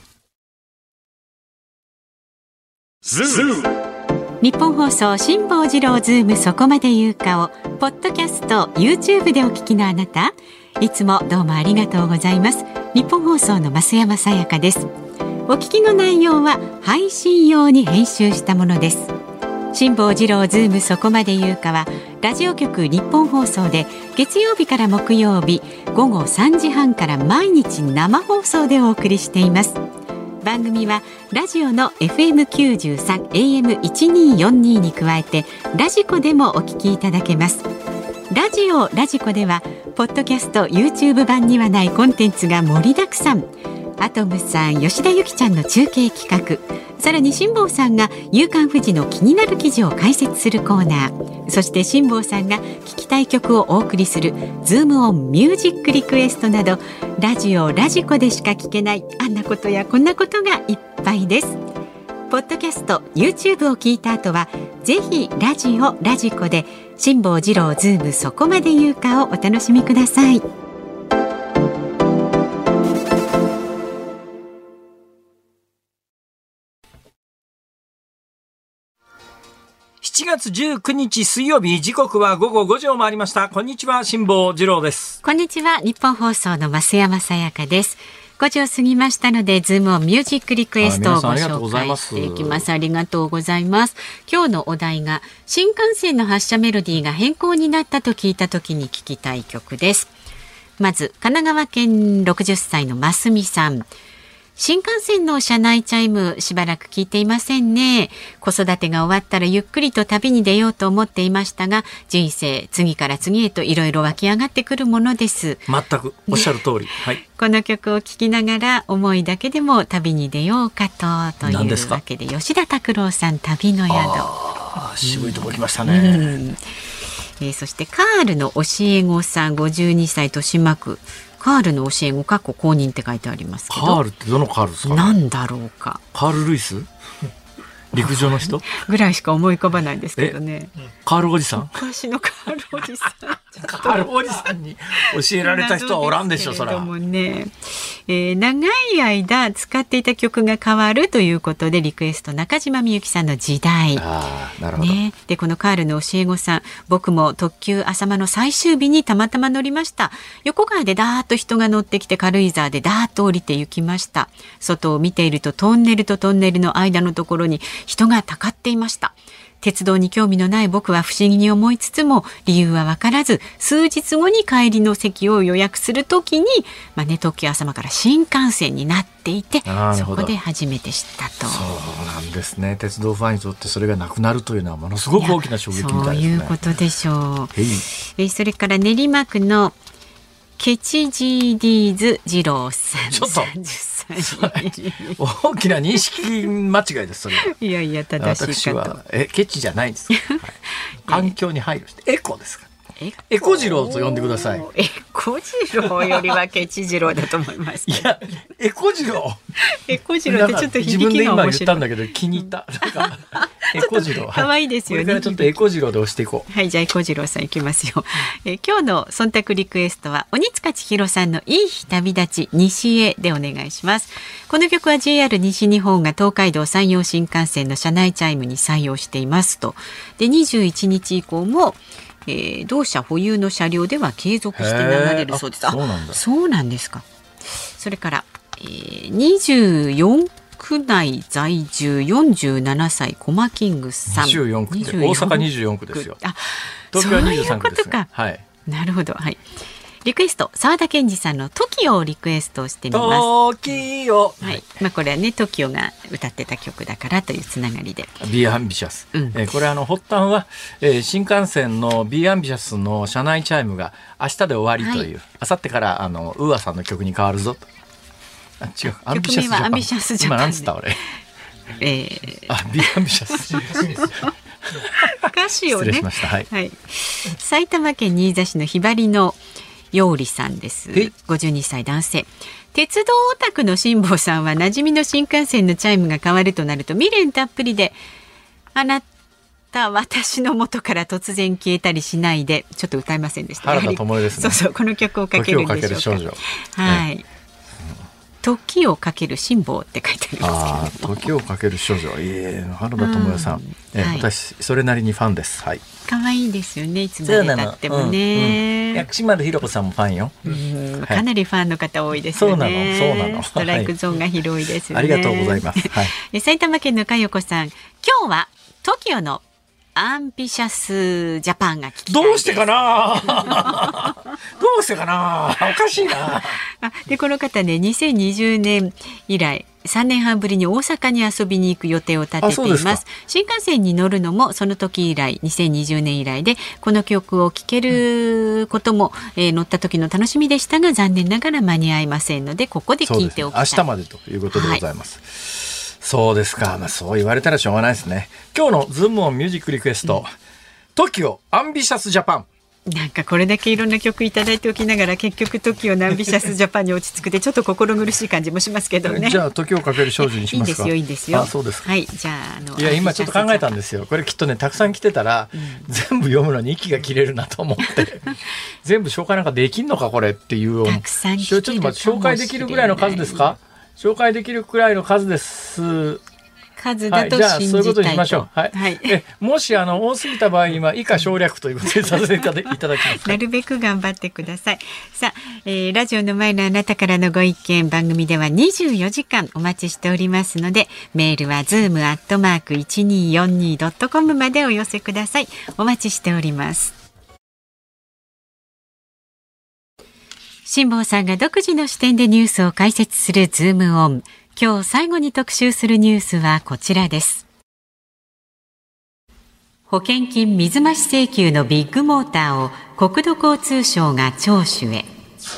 日本放送辛坊治郎ズームそこまで言うかをポッドキャスト YouTube でお聞きのあなた、いつもどうもありがとうございます。日本放送の増山さやかです。お聞きの内容は配信用に編集したものです。辛坊治郎ズームそこまで言うかはラジオ局日本放送で月曜日から木曜日午後3時半から毎日生放送でお送りしています。 番組はラジオの FM93 AM1242 に加えてラジコでもお聞きいただけます。ラジオラジコではポッドキャスト YouTube 版にはないコンテンツが盛りだくさん。アトムさん、吉田ゆきちゃんの中継企画、さらに辛坊さんが夕刊フジの気になる記事を解説するコーナー、そして辛坊さんが聞きたい曲をお送りするズームオンミュージックリクエストなど、ラジオラジコでしか聞けないあんなことやこんなことがいっぱいです。ポッドキャスト YouTube を聞いた後はぜひラジオラジコで辛坊治郎ズームそこまで言うかをお楽しみください。 7月19日水曜日、時刻は午後5時を回りました。こんにちは、辛坊治郎です。 こんにちは、日本放送の増山さやかです。5時を過ぎましたので、ズームオンミュージックリクエストをご紹介していきます。ありがとうございます。今日のお題が、新幹線の発車メロディーが変更になったと聞いたときに聞きたい曲です。まず、神奈川県60歳のますみさん。新幹線の車内チャイムしばらく聞いていませんね。子育てが終わったらゆっくりと旅に出ようと思っていましたが、人生次から次へといろいろ湧き上がってくるものです。 全くおっしゃる通り、はい、 この曲を聴きながら思いだけでも旅に出ようかというわけで、吉田拓郎さん、旅の宿。 渋いとこ来ましたね。 そしてカールの教え子さん、52歳豊島区。カールの教え子公認って書いてありますけど、 カールってどのカールですか、ね、 なんだろうか。 カール・ルイス陸上の人ぐらいしか思い浮かばないんですけどね。 カールおじさん、 昔のカールおじさんカールおじさんに教えられた人はおらんでしょ、そら。 ね、長い間使っていた曲が変わるということでリクエスト、中島みゆきさんの時代。 なるほど、ね、 でこのカールの教え子さん、僕も特急あさまの最終日にたまたま乗りました。横川でダーッと人が乗ってきて、軽井沢でダーッと降りて行きました。外を見ているとトンネルとトンネルの間のところに人がたかっていました。鉄道に興味のない僕は不思議に思いつつも理由は分からず、数日後に帰りの席を予約するときに、特急あさまから新幹線になっていて、そこで初めて知ったと。 そうなんですね。鉄道ファンにとってそれがなくなるというのはものすごく大きな衝撃みたいですね。 そういうことでしょう。それから練馬区のケチジーディーズ二郎さん、 ちょっと大きな認識間違いです。それいやいや、正しいかと。 私はケチじゃないんです、はい、環境に配慮してエコですか。エコ次郎と呼んでください。 エコ次郎よりはケチ次郎だと思います。 いや、エコ次郎エコ次郎ってちょっと響きが面白い。 自分で今言ったんだけど気に入った。エコ次郎、 可愛いですよね。 これからちょっとエコ次郎で押していこう。 はい、じゃあエコ次郎さんいきますよ。今日の忖度リクエストは鬼塚千尋さんのいい日旅立ち西へでお願いします。この曲は JR 西日本が東海道山陽新幹線の車内チャイムに採用していますと。で21日以降も同社保有の車両では継続して流れるそうです。そうなんですか。それから、24区内在住47歳コマキングさん。 24区って大阪24区ですよ。東京は23区ですね。 はい、なるほど。はい。リクエスト、沢田研二さんの TOKIO をリクエストしてみます。 TOKIO、 はい。これはね TOKIO が歌ってた曲だからというつながりで。 Be Ambitious、これ発端は、新幹線の Be Ambitious の車内チャイムが明日で終わりという、明後日からウーアさんの曲に変わるぞと。違う、アンビシャスジャパン。今何つった俺。Be Ambitious 歌詞をね。 失礼しました。はい。 はい、埼玉県新座市のひばりのようりさんです。52歳男性。鉄道オタクの辛坊さんは馴染みの新幹線のチャイムが変わるとなると未練たっぷりで、あなた私の元から突然消えたりしないで、ちょっと歌えませんでした。 原田知世ですね。 そう、この曲をかけるんでしょうか。はい。時をかける辛抱って書いてありますけど。 時をかける少女、原田知世さん、私それなりにファンです。はい。 可愛いですよね。いつまで経ってもね。 薬師丸ひろ子さんもファンよ。 かなりファンの方多いですよね。 そうなの。 ストライクゾーンが広いですよね。 ありがとうございます。はい。 埼玉県のかよこさん、今日は TOKIO のアンビシャスジャパンが聞きたいです。 どうしてかなおかしいな。 でこの方ね、2020年以来 3年半ぶりに大阪に遊びに行く予定を立てています。新幹線に乗るのもその時以来、2020年以来で、この曲を聴けることも、乗った時の楽しみでしたが、残念ながら間に合いませんので、ここで聴いておきたい。 明日までということでございます。そうですか。そう言われたらしょうがないですね。今日のズームオンミュージックリクエスト、TOKIOアンビシャスジャパン。 なんかこれだけいろんな曲いただいておきながら、結局TOKIOのアンビシャスジャパンに落ち着くで、ちょっと心苦しい感じもしますけどね。 じゃあTOKIOかける少女にしますか。 いいんですよ。 そうですか。 はい、じゃあいや今ちょっと考えたんですよ。これきっとね、たくさん来てたら、全部読むのに息が切れるなと思って全部紹介なんかできんのかこれっていう。 たくさん来てるかもしれない。 ちょっと待って、紹介できるぐらいの数ですか。紹介できるくらいの数です。 数だと信じたいと、 じゃあそういうことにしましょう。はい。 はい、 もし多すぎた場合には以下省略ということでさせていただきますなるべく頑張ってください。さあ、ラジオの前のあなたからのご意見、番組では24時間お待ちしておりますので、メールは zoom@1242.com までお寄せください。お待ちしております。辛坊さんが独自の視点でニュースを解説するズームオン。今日最後に特集するニュースはこちらです。保険金水増し請求のビッグモーターを国土交通省が聴取へ。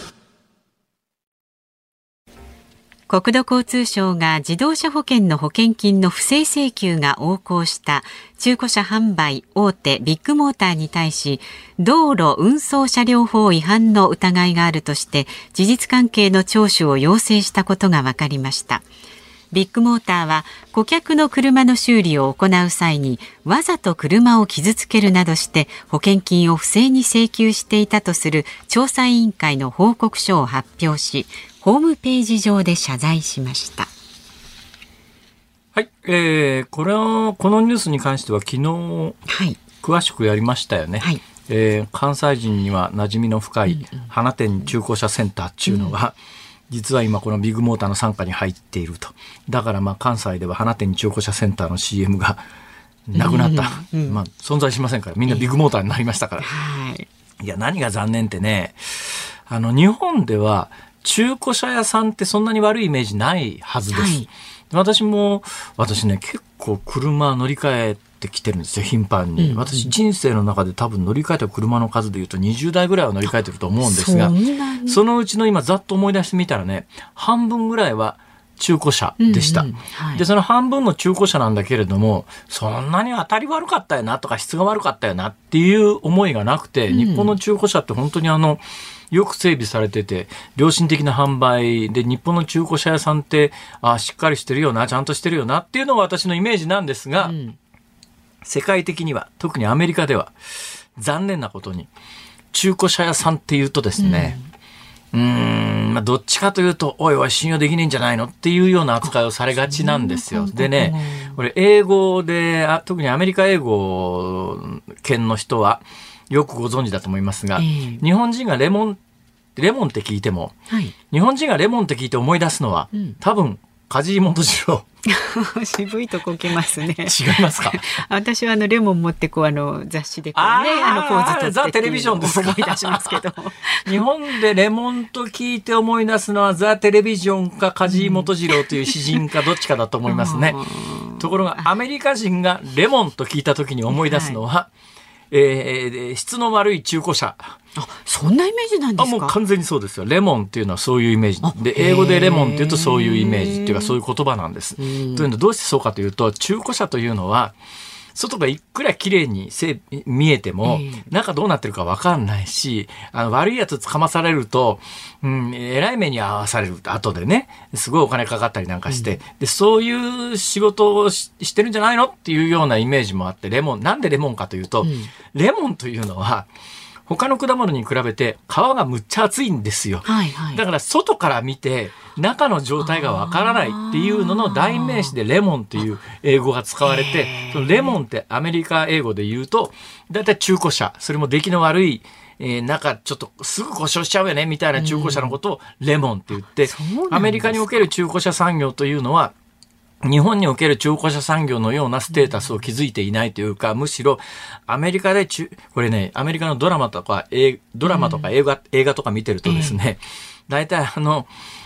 国土交通省が自動車保険の保険金の不正請求が横行した中古車販売大手ビッグモーターに対し、道路運送車両法違反の疑いがあるとして事実関係の聴取を要請したことが分かりました。ビッグモーターは顧客の車の修理を行う際にわざと車を傷つけるなどして保険金を不正に請求していたとする調査委員会の報告書を発表し、ホームページ上で謝罪しました。 はい、このニュースに関しては昨日、詳しくやりましたよね。はい、関西人には馴染みの深い花店中古車センターっていうのが、実は今このビッグモーターの傘下に入っていると。だから関西では花店中古車センターの CM がなくなった、存在しませんから、みんなビッグモーターになりましたから、いや何が残念ってね、日本では中古車屋さんってそんなに悪いイメージないはずです。私ね、結構車乗り換えてきてるんですよ、頻繁に。私人生の中で多分乗り換えた車の数でいうと20台ぐらいは乗り換えてると思うんですが、そのうちの今ざっと思い出してみたらね、半分ぐらいは中古車でした。で、その半分の中古車なんだけれども、そんなに当たり悪かったよなとか質が悪かったよなっていう思いがなくて、日本の中古車って本当によく整備されてて良心的な販売で、日本の中古車屋さんってしっかりしてるよな、ちゃんとしてるよなっていうのが私のイメージなんですが、世界的には特にアメリカでは残念なことに中古車屋さんっていうとですね、どっちかというとおいおい信用できねえんじゃないのっていうような扱いをされがちなんですよ。でね、これ英語で特にアメリカ英語圏の人はよくご存知だと思いますが、日本人がレモンって聞いても、日本人がレモンって聞いて思い出すのは、多分梶井元次郎。 渋いとこ来ますね。 違いますか。 私はレモン持って雑誌でポーズとってザ・テレビジョンです思い出しますけど日本でレモンと聞いて思い出すのはザ・テレビジョンか梶井元次郎という詩人かどっちかだと思いますね。ところがアメリカ人がレモンと聞いた時に思い出すのは、質の悪い中古車。 そんなイメージなんですか。 もう完全にそうですよ。レモンっていうのはそういうイメージで、英語でレモンっていうとそういうイメージっていうかそういう言葉なんです。というのはどうしてそうかというと、中古車というのは外がいくら綺麗に見えても、中どうなってるか分かんないし、悪いやつ捕まされると、えらい目に遭わされる後でね、すごいお金かかったりなんかして、でそういう仕事をしてるんじゃないのっていうようなイメージもあって、なんでレモンかというと、レモンというのは他の果物に比べて皮がむっちゃ厚いんですよ。だから外から見て中の状態がわからないっていうのの代名詞でレモンっていう英語が使われて、そのレモンってアメリカ英語で言うとだいたい中古車、それも出来の悪い中ちょっとすぐ故障しちゃうよねみたいな中古車のことをレモンって言って、アメリカにおける中古車産業というのは日本における中古車産業のようなステータスを築いていないというか、むしろアメリカでこれね、アメリカのドラマとか映画とか見てるとですね、大体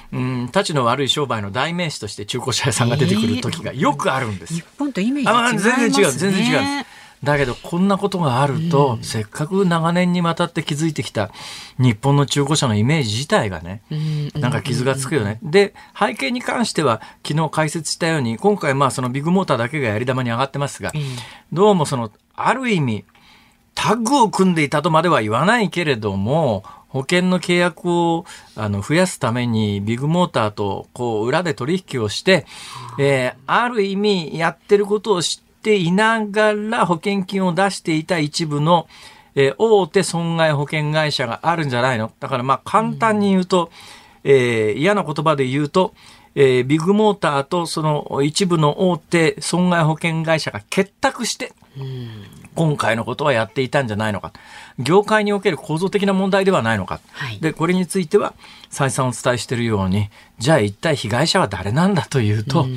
たちの悪い商売の代名詞として中古車屋さんが出てくる時がよくあるんですよ。 日本とイメージ違いますね。 全然違う全然違うんです。だけどこんなことがあると、せっかく長年にわたって築いてきた日本の中古車のイメージ自体がね、なんか傷がつくよね。で、背景に関しては昨日解説したように、今回そのビッグモーターだけがやり玉に上がってますが、どうもある意味タッグを組んでいたとまでは言わないけれども、保険の契約を増やすためにビッグモーターと裏で取引をして、ある意味やってることを知っていながら保険金を出していた一部の、大手損害保険会社があるんじゃないの。だから簡単に言うと、嫌な言葉で言うと、ビッグモーターとその一部の大手損害保険会社が結託して、今回のことはやっていたんじゃないのか。業界における構造的な問題ではないのか。で、これについては再三お伝えしているように、じゃあ一体被害者は誰なんだというと、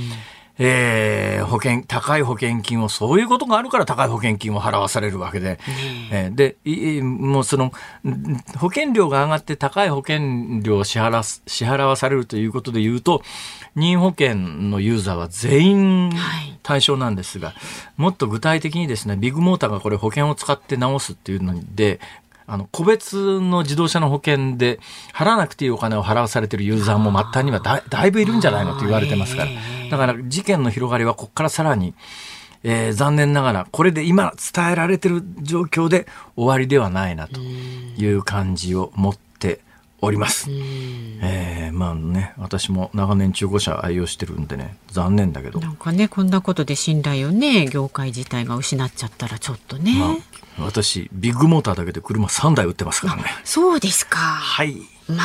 高い保険金を、そういうことがあるから高い保険金を払わされるわけで、で、もう保険料が上がって高い保険料を支払わされるということで言うと、任意保険のユーザーは全員対象なんですが、もっと具体的にですね、ビッグモーターがこれ保険を使って直すっていうので、個別の自動車の保険で払わなくていいお金を払わされているユーザーも末端にはだいぶいるんじゃないのと言われてますから。だから事件の広がりはここからさらに、残念ながらこれで今伝えられている状況で終わりではないなという感じを持っております。私も長年中古車愛用してるんでね、残念だけど。 なんかね、こんなことで信頼をね、業界自体が失っちゃったらちょっとね。 私ビッグモーターだけで車3台売ってますからね。 そうですか。 はい。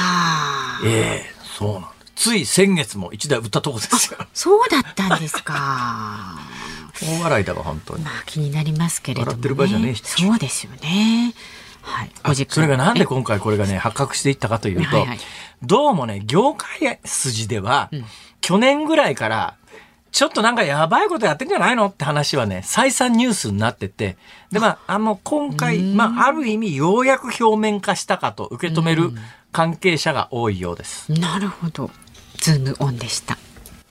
そうなんです。つい先月も1台売ったとこですよ。 そうだったんですか。 大笑いだわ本当に。 気になりますけれども、ね、 笑ってる場合じゃねえし。 そうですよね。はい。 それがなんで今回これがね発覚していったかというと、どうもね業界筋では、去年ぐらいからちょっとなんかやばいことやってんじゃないのって話はね再三ニュースになってて、で今回ある意味ようやく表面化したかと受け止める関係者が多いようです。 なるほど。ズームオンでした。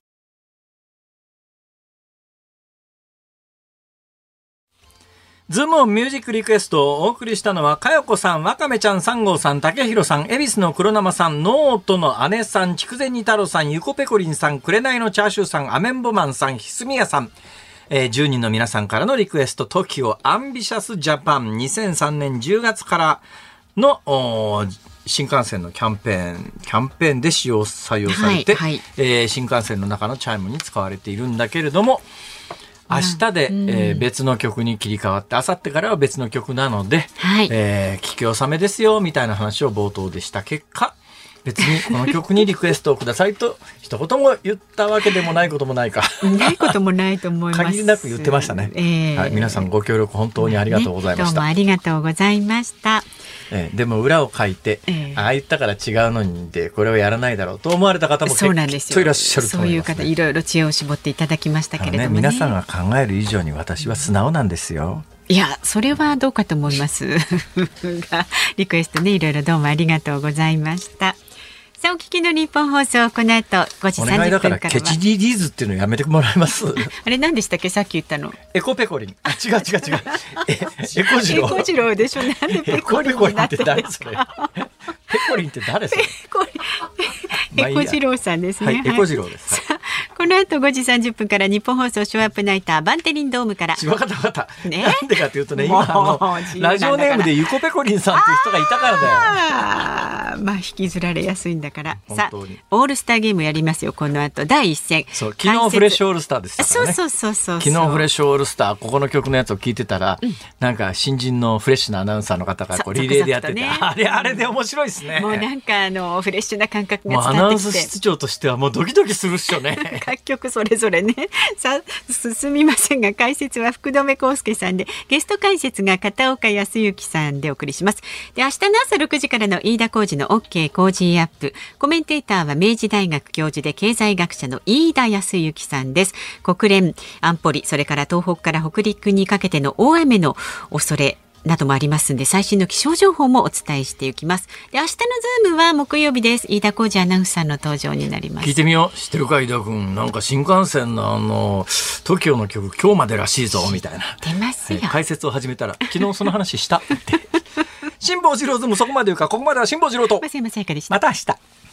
ズームオンミュージックリクエストをお送りしたのは、かよこさん、わかめちゃん、3号さん、たけひろさん、恵比寿の黒生さん、ノートの姉さん、筑前煮太郎さん、ゆこぺこりんさん、くれないのチャーシューさん、アメンボマンさん、ひすみやさん、10人の皆さんからのリクエスト、TOKIOアンビシャスジャパン、2003年10月からの新幹線のキャンペーンで採用されて、新幹線の中のチャイムに使われているんだけれども、明日で、別の曲に切り替わって、明後日からは別の曲なので、聞き納めですよみたいな話を冒頭でした結果、別にこの曲にリクエストをくださいと一言も言ったわけでもないこともないか。 ないこともないと思います。 限りなく言ってましたね。はい、皆さんご協力本当にありがとうございました。 どうもありがとうございました。 でも裏を書いて、ああ言ったから違うのにでこれをやらないだろうと思われた方も結構いらっしゃると思います、 そういう方いろいろ知恵を絞っていただきましたけれどもね。 皆さんが考える以上に私は素直なんですよ。 いや、それはどうかと思いますが、リクエストね、いろいろどうもありがとうございました。さあ、お聞きの日本放送、この後5時30分からは。お願いだからケチリリーズっていうのやめてもらえます？ あれ何でしたっけ、さっき言ったの。 エコペコリン。違う。エコジロー。 エコジローでしょ。なんでペコリンになってるんですか。 ペコリンって誰それ？ エコジローさんですね。 はい、エコジローです。 この後5時30分から日本放送ショーアップナイターバンテリンドームから。 分かった。なんでかというとね、今ラジオネームでゆこペコリンさんっていう人がいたからだよ。 引きずられやすいんだから。さあ、オールスターゲームやりますよ、この後第一戦。 そう、昨日フレッシュオールスターでしたからね。 そう。 昨日フレッシュオールスター、ここの曲のやつを聞いてたら、なんか新人のフレッシュなアナウンサーの方がリレーでやってて、あれで面白いですね。 もうなんかフレッシュな感覚が伝わってきて、 アナウンス室長としてはもうドキドキするっしょね。 各局それぞれね。さあ、進みませんが、解説は福留孝介さんで、ゲスト解説が片岡康之さんでお送りします。で、明日の朝6時からの飯田浩司の OK 工事アップ、コメンテーターは明治大学教授で経済学者の飯田康之さんです。国連安保理、それから東北から北陸にかけての大雨の恐れなどもありますんで、最新の気象情報もお伝えしていきます。で、明日のズームは木曜日です。飯田浩司アナウンサーの登場になります。 聞いてみよう。知ってるか、飯田君。なんか新幹線のTOKIO の曲今日までらしいぞみたいな。 出ますよ。 解説を始めたら昨日その話したって。辛坊治郎ズームそこまで言うか、ここまでは辛坊治郎と増山さやかでした。 また明日。